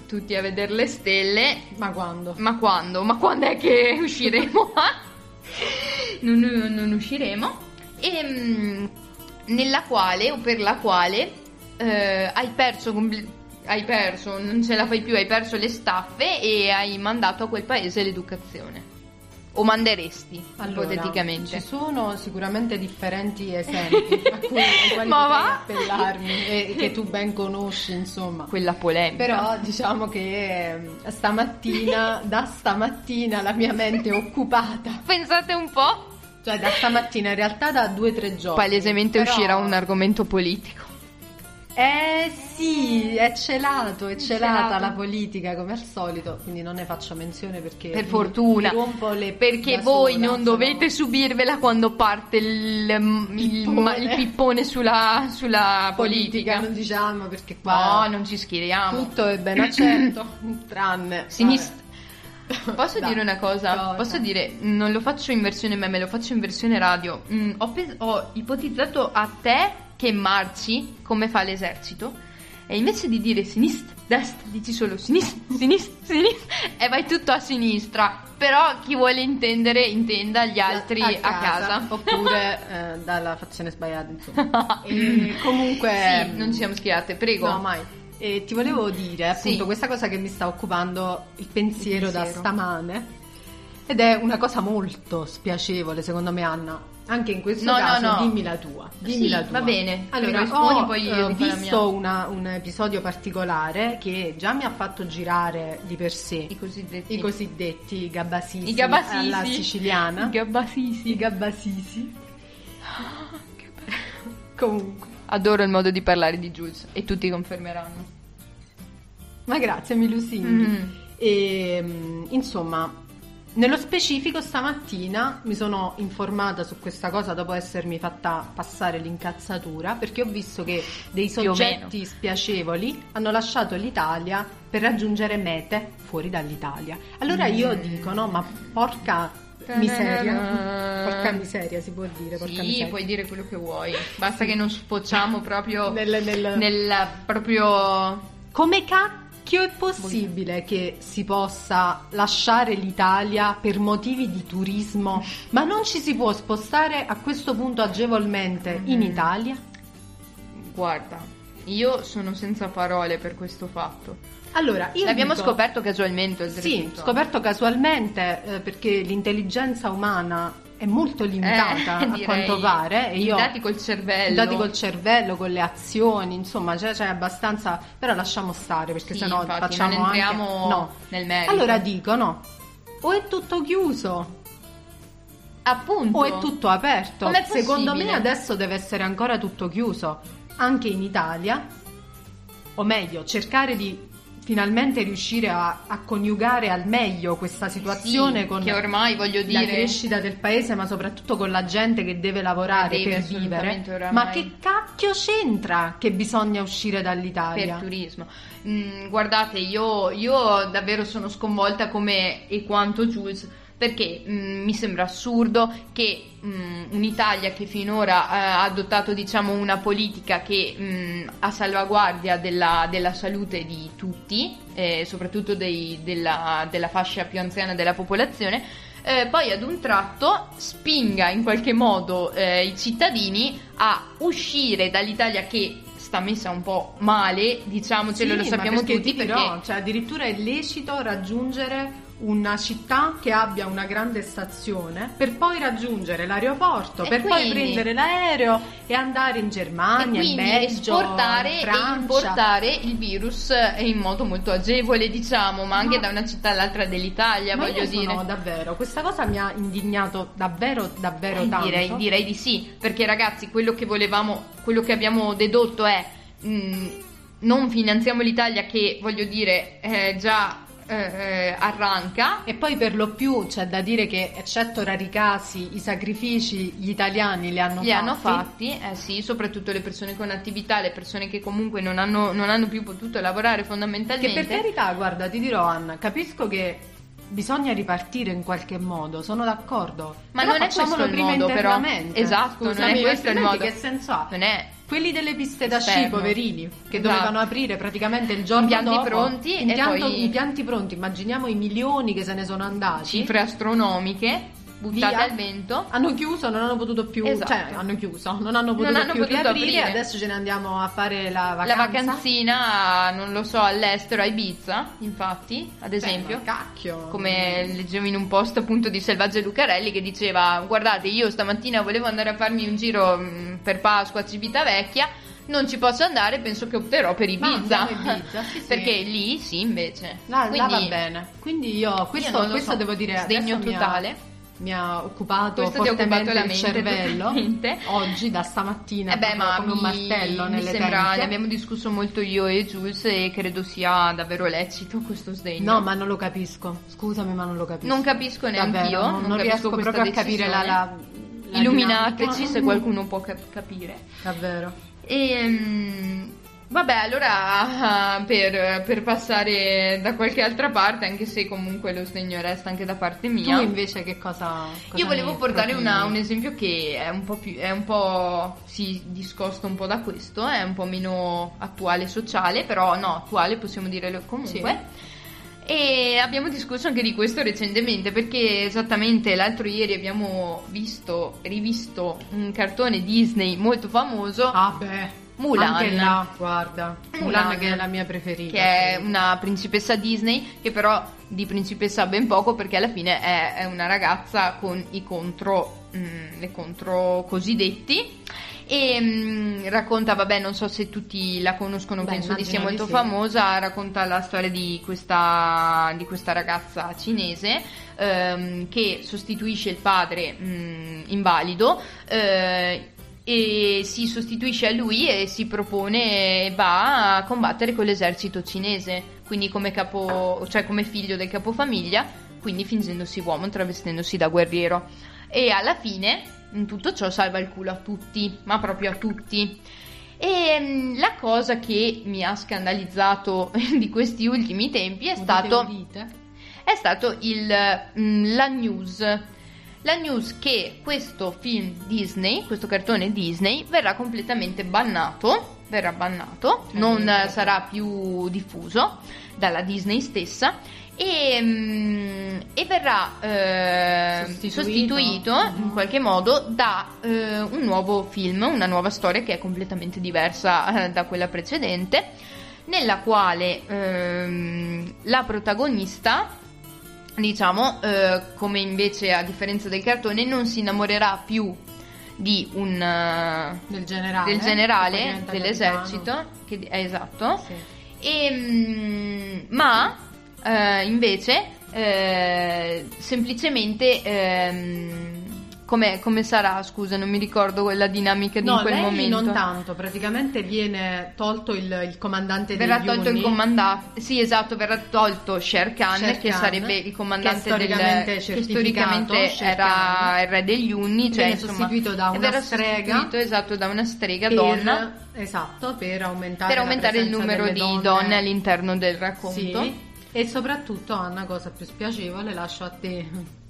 tutti a vedere le stelle. Ma quando? Ma quando? Ma quando è che usciremo? non, non usciremo. E mh, nella quale o per la quale eh, hai perso comple- hai perso, non ce la fai più, hai perso le staffe e hai mandato a quel paese l'educazione. O manderesti, allora, ipoteticamente. Ci sono sicuramente differenti esempi a cui ai quali Ma potrei va? appellarmi e che tu ben conosci, insomma. Quella polemica. Però diciamo che eh, stamattina, da stamattina la mia mente è occupata. Pensate un po'. Cioè da stamattina, in realtà da due o tre giorni. Palesemente però... uscirà un argomento politico. Eh sì, è celato, è celata celato. la politica come al solito, quindi non ne faccio menzione perché Per mi, fortuna, mi rompo le perché da voi sola, non se dovete no. subirvela quando parte il, il, Pippone. il pippone sulla, sulla politica, politica. non diciamo perché qua No, non ci schieriamo. tutto è ben accetto, tranne Sinistra. Posso Dai, dire una cosa? cosa? Posso dire, non lo faccio in versione meme, lo faccio in versione radio. Mm, ho, pes- ho ipotizzato a te che marci come fa l'esercito e invece di dire sinistra, destra, dici solo sinistra, sinistra, sinistra e vai tutto a sinistra. Però chi vuole intendere intenda gli altri a, a casa. oppure eh, dalla fazione sbagliata, insomma. E comunque Sì, non ci siamo schierate, prego. No, mai. E ti volevo dire appunto Sì. questa cosa che mi sta occupando il pensiero, Il da pensiero. stamane, ed è una cosa molto spiacevole secondo me, Anna. Anche in questo No, no, caso no. dimmi la tua, dimmi Sì, la tua. va bene. Allora, Mi rispondi, ho poi io eh, dico la visto mia. una- un episodio particolare che già mi ha fatto girare di per sé I cosiddetti i cosiddetti gabbasisi, I gabbasisi. alla siciliana. I gabbasisi. I gabbasisi. Comunque, Adoro il modo di parlare di Jules e tutti confermeranno. ma grazie, mi lusinghi. Mm. E mm, insomma, nello specifico stamattina mi sono informata su questa cosa dopo essermi fatta passare l'incazzatura, perché ho visto che dei Più o soggetti spiacevoli hanno lasciato l'Italia per raggiungere mete fuori dall'Italia. Allora Mm. io dico, no, ma porca miseria, porca miseria si può dire, porca Sì, miseria. puoi dire quello che vuoi. Basta che non sfociamo proprio Nel- nel- nel proprio Come cacchio è possibile che si possa lasciare l'Italia per motivi di turismo, ma non ci si può spostare a questo punto agevolmente in Italia? guarda, io sono senza parole per questo fatto. Allora, io L'abbiamo dico- scoperto casualmente, Sì, oltretutto. scoperto casualmente eh, perché l'intelligenza umana è molto limitata Eh, a direi. quanto pare e io Dati col cervello. dati col cervello, con le azioni, insomma c'è, c'è abbastanza, però lasciamo stare perché Sì, sennò infatti, facciamo non entriamo anche no. nel merito. Allora dico no, o è tutto chiuso Appunto. o è tutto aperto. Com'è Secondo me possibile? adesso deve essere ancora tutto chiuso anche in Italia, o meglio cercare di finalmente riuscire a, a coniugare al meglio questa situazione Sì, con che ormai, voglio la dire, crescita del paese, ma soprattutto con la gente che deve lavorare Deve per assolutamente vivere. oramai. Ma che cacchio c'entra che bisogna uscire dall'Italia? per turismo. Mm, guardate, io, io davvero sono sconvolta come e quanto Jules, perché mm, mi sembra assurdo che mm, un'Italia che finora eh, ha adottato, diciamo, una politica che mm, a salvaguardia della, della salute di tutti, eh, soprattutto dei- della, della fascia più anziana della popolazione, eh, poi ad un tratto spinga in qualche modo eh, i cittadini a uscire dall'Italia che sta messa un po' male, diciamocelo, Sì, lo ma sappiamo perché tutti, ti dirò, cioè addirittura è lecito raggiungere una città che abbia una grande stazione per poi raggiungere l'aeroporto, E per poi quindi- prendere l'aereo e andare in e Germania, in quindi Belgio, esportare in e Francia. importare il virus in modo molto agevole, diciamo, ma anche Ma- da una città all'altra dell'Italia, Ma voglio io dire. sono davvero, questa cosa mi ha indignato davvero, davvero Eh, tanto. direi, direi di sì, perché ragazzi, quello che volevamo, quello che abbiamo dedotto è mh, non finanziamo l'Italia che, voglio dire, eh, già eh, eh, arranca. E poi per lo più c'è da dire che, eccetto rari casi, i sacrifici gli italiani li hanno Li fatti. hanno fatti, eh sì, soprattutto le persone con attività, le persone che comunque non hanno, non hanno più potuto lavorare Che fondamentalmente. per carità, guarda, ti dirò Anna, capisco che bisogna ripartire in qualche modo, sono d'accordo. Ma Però non è questo facciamolo il prima modo, però. internamente. Esatto, non è Scusami, questo il altrimenti modo. Che senso ha? Non è Quelli delle piste da sci, Esterno. poverini, che Esatto. dovevano aprire praticamente il giorno Impianti dopo. pronti e Impianto- poi- impianti pronti, immaginiamo i milioni che se ne sono andati. Cifre astronomiche buttate Via. al vento. Hanno chiuso, non hanno potuto più, Esatto. cioè hanno chiuso, non hanno potuto Non hanno più potuto riaprire, aprire. adesso ce ne andiamo a fare la La vacanza. vacanzina, non lo so, all'estero, a Ibiza, infatti, ad esempio. Beh, ma cacchio. Come leggevo in un post appunto di Selvaggia Lucarelli che diceva: guardate, io stamattina volevo andare a farmi un giro mh, per Pasqua a Civitavecchia, non ci posso andare, penso che opterò per Ma Ibiza. andiamo a Ibiza, sì, sì. Perché lì sì, invece. Là, là Quindi, va bene. Quindi io questo, io non lo questo so, devo dire sdegno adesso mi ha- totale. Mi ha occupato Questo ti ha fortemente occupato la il mente, cervello totalmente. oggi da stamattina, Eh beh, proprio ma come un mi, martello mi nelle sembra, tempie. ne abbiamo discusso molto io e Jules e credo sia davvero lecito questo sdegno. No, ma non lo capisco. Scusami, ma non lo capisco. Non capisco neanch'io, Davvero, non, non non capisco riesco questa proprio a capire la, la, la Illuminateci dinamica. se qualcuno può cap- capire. Davvero. E vabbè, allora per, per passare da qualche altra parte, anche se comunque lo sdegno resta anche da parte mia. Tu invece che cosa, cosa Io volevo ne portare propini? una- un esempio che è un po' più, è un po' si discosta un po' da questo, è un po' meno attuale sociale, però no, attuale possiamo dire comunque. E abbiamo discusso anche di questo recentemente, perché esattamente l'altro ieri abbiamo visto, rivisto un cartone Disney molto famoso, Ah beh, Mulan. anche là, guarda. Mulan, Mulan, che è la mia preferita. che è una principessa Disney, che però di principessa ha ben poco, perché alla fine è, è una ragazza con i contro, mm, le contro cosiddetti. E mm, racconta, vabbè, non so se tutti la conoscono, Beh, penso di sia immagino di molto sì. famosa. Racconta la storia di questa, di questa ragazza cinese ehm, che sostituisce il padre mm, invalido, eh, e si sostituisce a lui e si propone e va a combattere con l'esercito cinese, quindi come capo, cioè come figlio del capofamiglia, quindi fingendosi uomo, travestendosi da guerriero, e alla fine in tutto ciò salva il culo a tutti, ma proprio a tutti. E mm, la cosa che mi ha scandalizzato di questi ultimi tempi è Udite, stato udite. è stato il, mm, la news. La news che questo film Disney, questo cartone Disney, verrà completamente bannato, verrà bannato, Eh, non eh, sarà più diffuso dalla Disney stessa e, mm, e verrà eh, Sostituito. sostituito in qualche modo da eh, un nuovo film, una nuova storia che è completamente diversa eh, da quella precedente, nella quale ehm, la protagonista, diciamo, eh, come invece a differenza del cartone, non si innamorerà più di un eh, Del generale. del che poi generale diventa dell'esercito, capitano. che è esatto, Sì. e, mm, ma eh, invece eh, semplicemente ehm, come, come sarà, scusa, non mi ricordo la dinamica di No, quel lei momento. non tanto, praticamente viene tolto il, il comandante Verrà degli tolto Unni. il comandante, sì, esatto, verrà tolto Sher Khan, Sher che Khan, sarebbe il comandante che storicamente del che certificato, storicamente Sher era Khan. il re degli Unni, cioè Viene insomma, sostituito da e una verrà strega sostituito, esatto, da una strega per- donna, esatto, per aumentare, per la aumentare il presenza numero delle di donne. donne all'interno del racconto. Sì. E soprattutto, Anna, cosa più spiacevole, lascio a te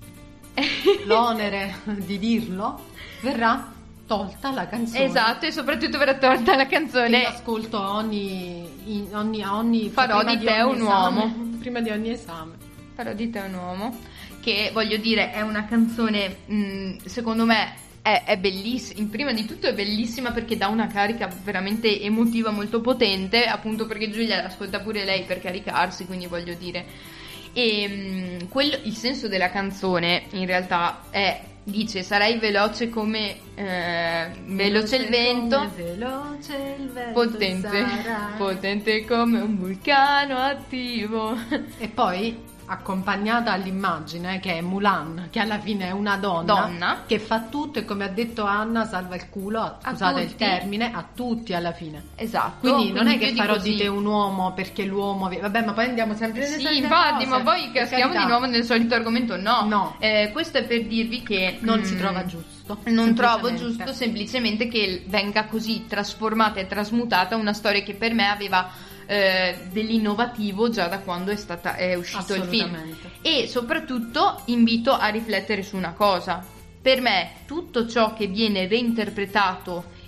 l'onere di dirlo, verrà tolta la canzone. Esatto, e soprattutto verrà tolta la Che io canzone ascolto ogni, in- ogni, a ogni Farò prima di te ogni un esame, uomo. prima di ogni esame. Farò di te un uomo, che voglio dire è una canzone, mh, secondo me è, è bellissima, prima di tutto è bellissima perché dà una carica veramente emotiva molto potente, appunto perché Giulia l'ascolta pure lei per caricarsi, quindi voglio dire, e mh, quello, il senso della canzone in realtà è, dice, sarai veloce come eh, veloce il vento, come veloce il vento potente, sarai. potente come un vulcano attivo. E poi accompagnata all'immagine che è Mulan, che alla fine è una donna, Donna. che fa tutto e, come ha detto Anna, salva il culo, a- A scusate il tutti. termine, a tutti alla fine. Esatto. Quindi non è più che farò così. di te un uomo perché l'uomo... vi- Vabbè, ma poi andiamo sempre nelle Sì, solite infatti, cose, ma poi per caschiamo di carità. nuovo nel solito argomento. No, No. Eh, questo è per dirvi che Non mm, si trova giusto. Non trovo semplicemente. giusto semplicemente che venga così trasformata e trasmutata una storia che per me aveva eh, dell'innovativo già da quando è, stata, è uscito il film. Assolutamente. E soprattutto invito a riflettere su una cosa. Per me tutto ciò che viene reinterpretato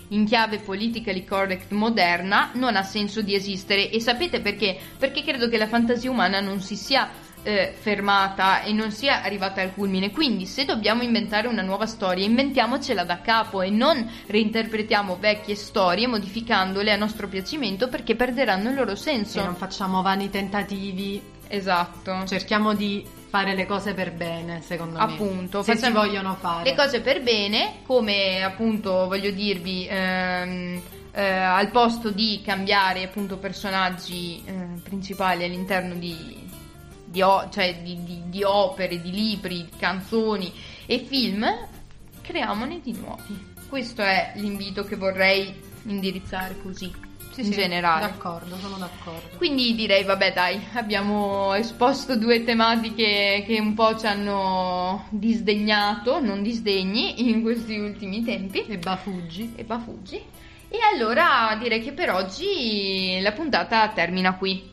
in chiave politically correct moderna non ha senso di esistere. E sapete perché? Perché credo che la fantasia umana non si sia eh, fermata e non sia arrivata al culmine. Quindi se dobbiamo inventare una nuova storia, inventiamocela da capo e non reinterpretiamo vecchie storie modificandole a nostro piacimento, perché perderanno il loro senso. E non facciamo vani tentativi. Esatto. Cerchiamo di fare le cose per bene, secondo me. Appunto, se si facciamo vogliono fare le cose per bene, come appunto voglio dirvi, ehm, eh, al posto di cambiare appunto personaggi eh, principali all'interno di, di, o- cioè di, di, di opere, di libri, di canzoni e film, creiamone di nuovi. Questo è l'invito che vorrei indirizzare così. Sì, in sì, generale. D'accordo, sono d'accordo. Quindi direi, vabbè dai, abbiamo esposto due tematiche che un po' ci hanno disdegnato, non disdegni, in questi ultimi tempi. E bafuggi. E bafuggi. E allora direi che per oggi la puntata termina qui.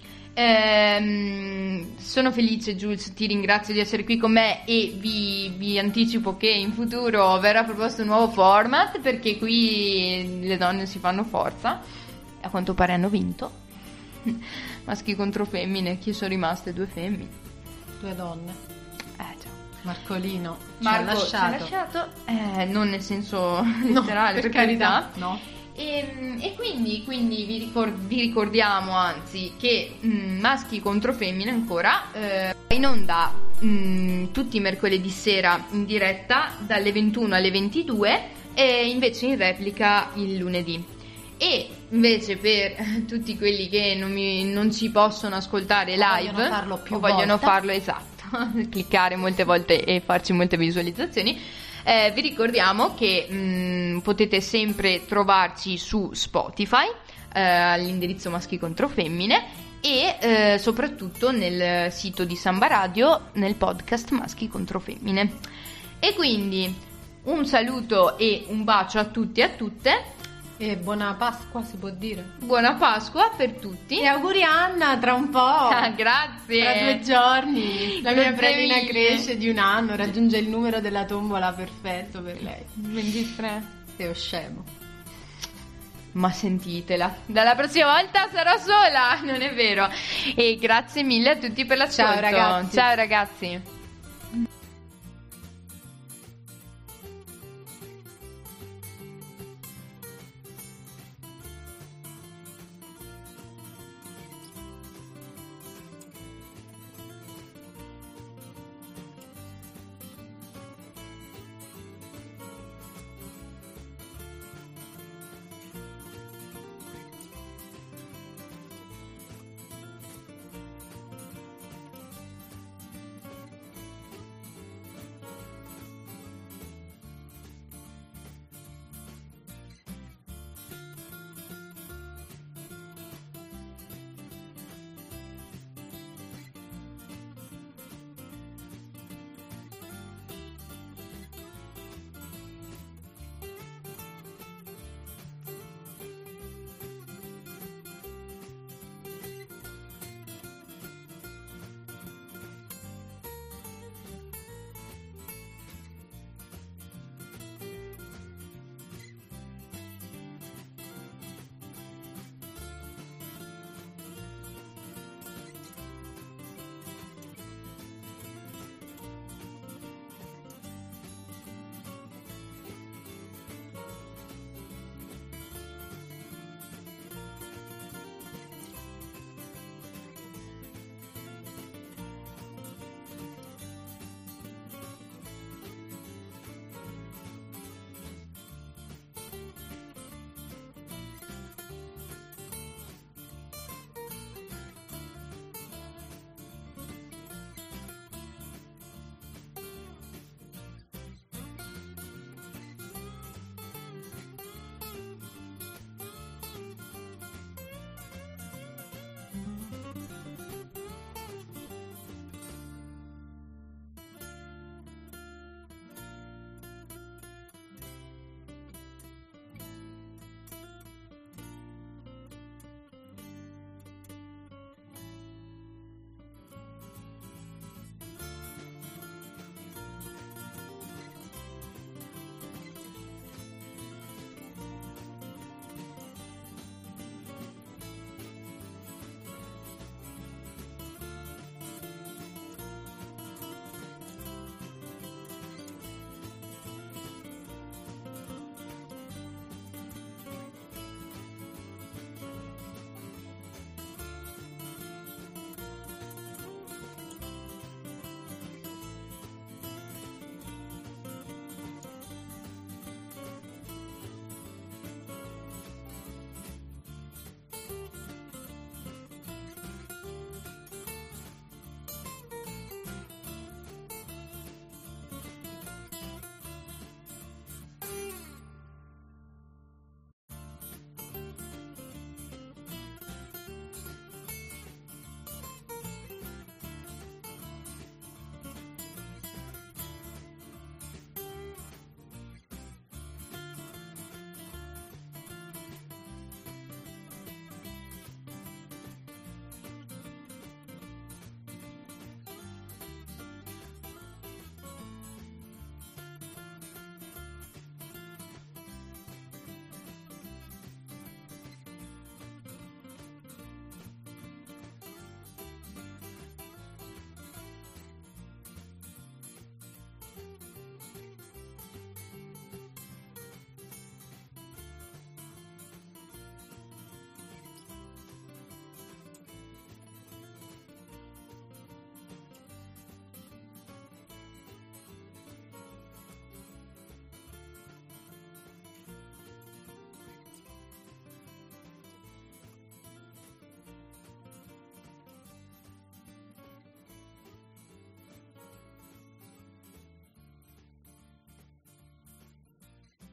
Ehm, sono felice, Jules, ti ringrazio di essere qui con me e vi, vi anticipo che in futuro verrà proposto un nuovo format, perché qui le donne si fanno forza. A quanto pare hanno vinto. Maschi contro femmine. Chi sono rimaste? Due femmine. Due donne. Eh già. Marcolino Marco ci ha lasciato. Ci ha lasciato. Eh, non nel senso letterale, no, per, per carità. carità. No. E, e quindi, quindi vi, ricord- vi ricordiamo anzi che mh, Maschi contro femmine ancora eh, in onda mh, tutti i mercoledì sera in diretta dalle ventuno alle ventidue e invece in replica il lunedì. E invece per tutti quelli che non, mi, non ci possono ascoltare live vogliono farlo più o vogliono volte. farlo, esatto, cliccare molte volte e farci molte visualizzazioni, eh, vi ricordiamo che mh, potete sempre trovarci su Spotify eh, all'indirizzo Maschi contro Femmine e eh, soprattutto nel sito di Samba Radio nel podcast Maschi contro Femmine. E quindi un saluto e un bacio a tutti e a tutte. E buona Pasqua, si può dire. Buona Pasqua per tutti. E auguri Anna, tra un po'. Ah, grazie. Tra due giorni. La mia Grazie bambina mille. cresce di un anno, raggiunge il numero della tombola perfetto per lei. ventitré. Sei scemo. Ma sentitela. Dalla prossima volta sarò sola, non è vero. E grazie mille a tutti per l'ascolto. Ciao, ragazzi. Ciao ragazzi.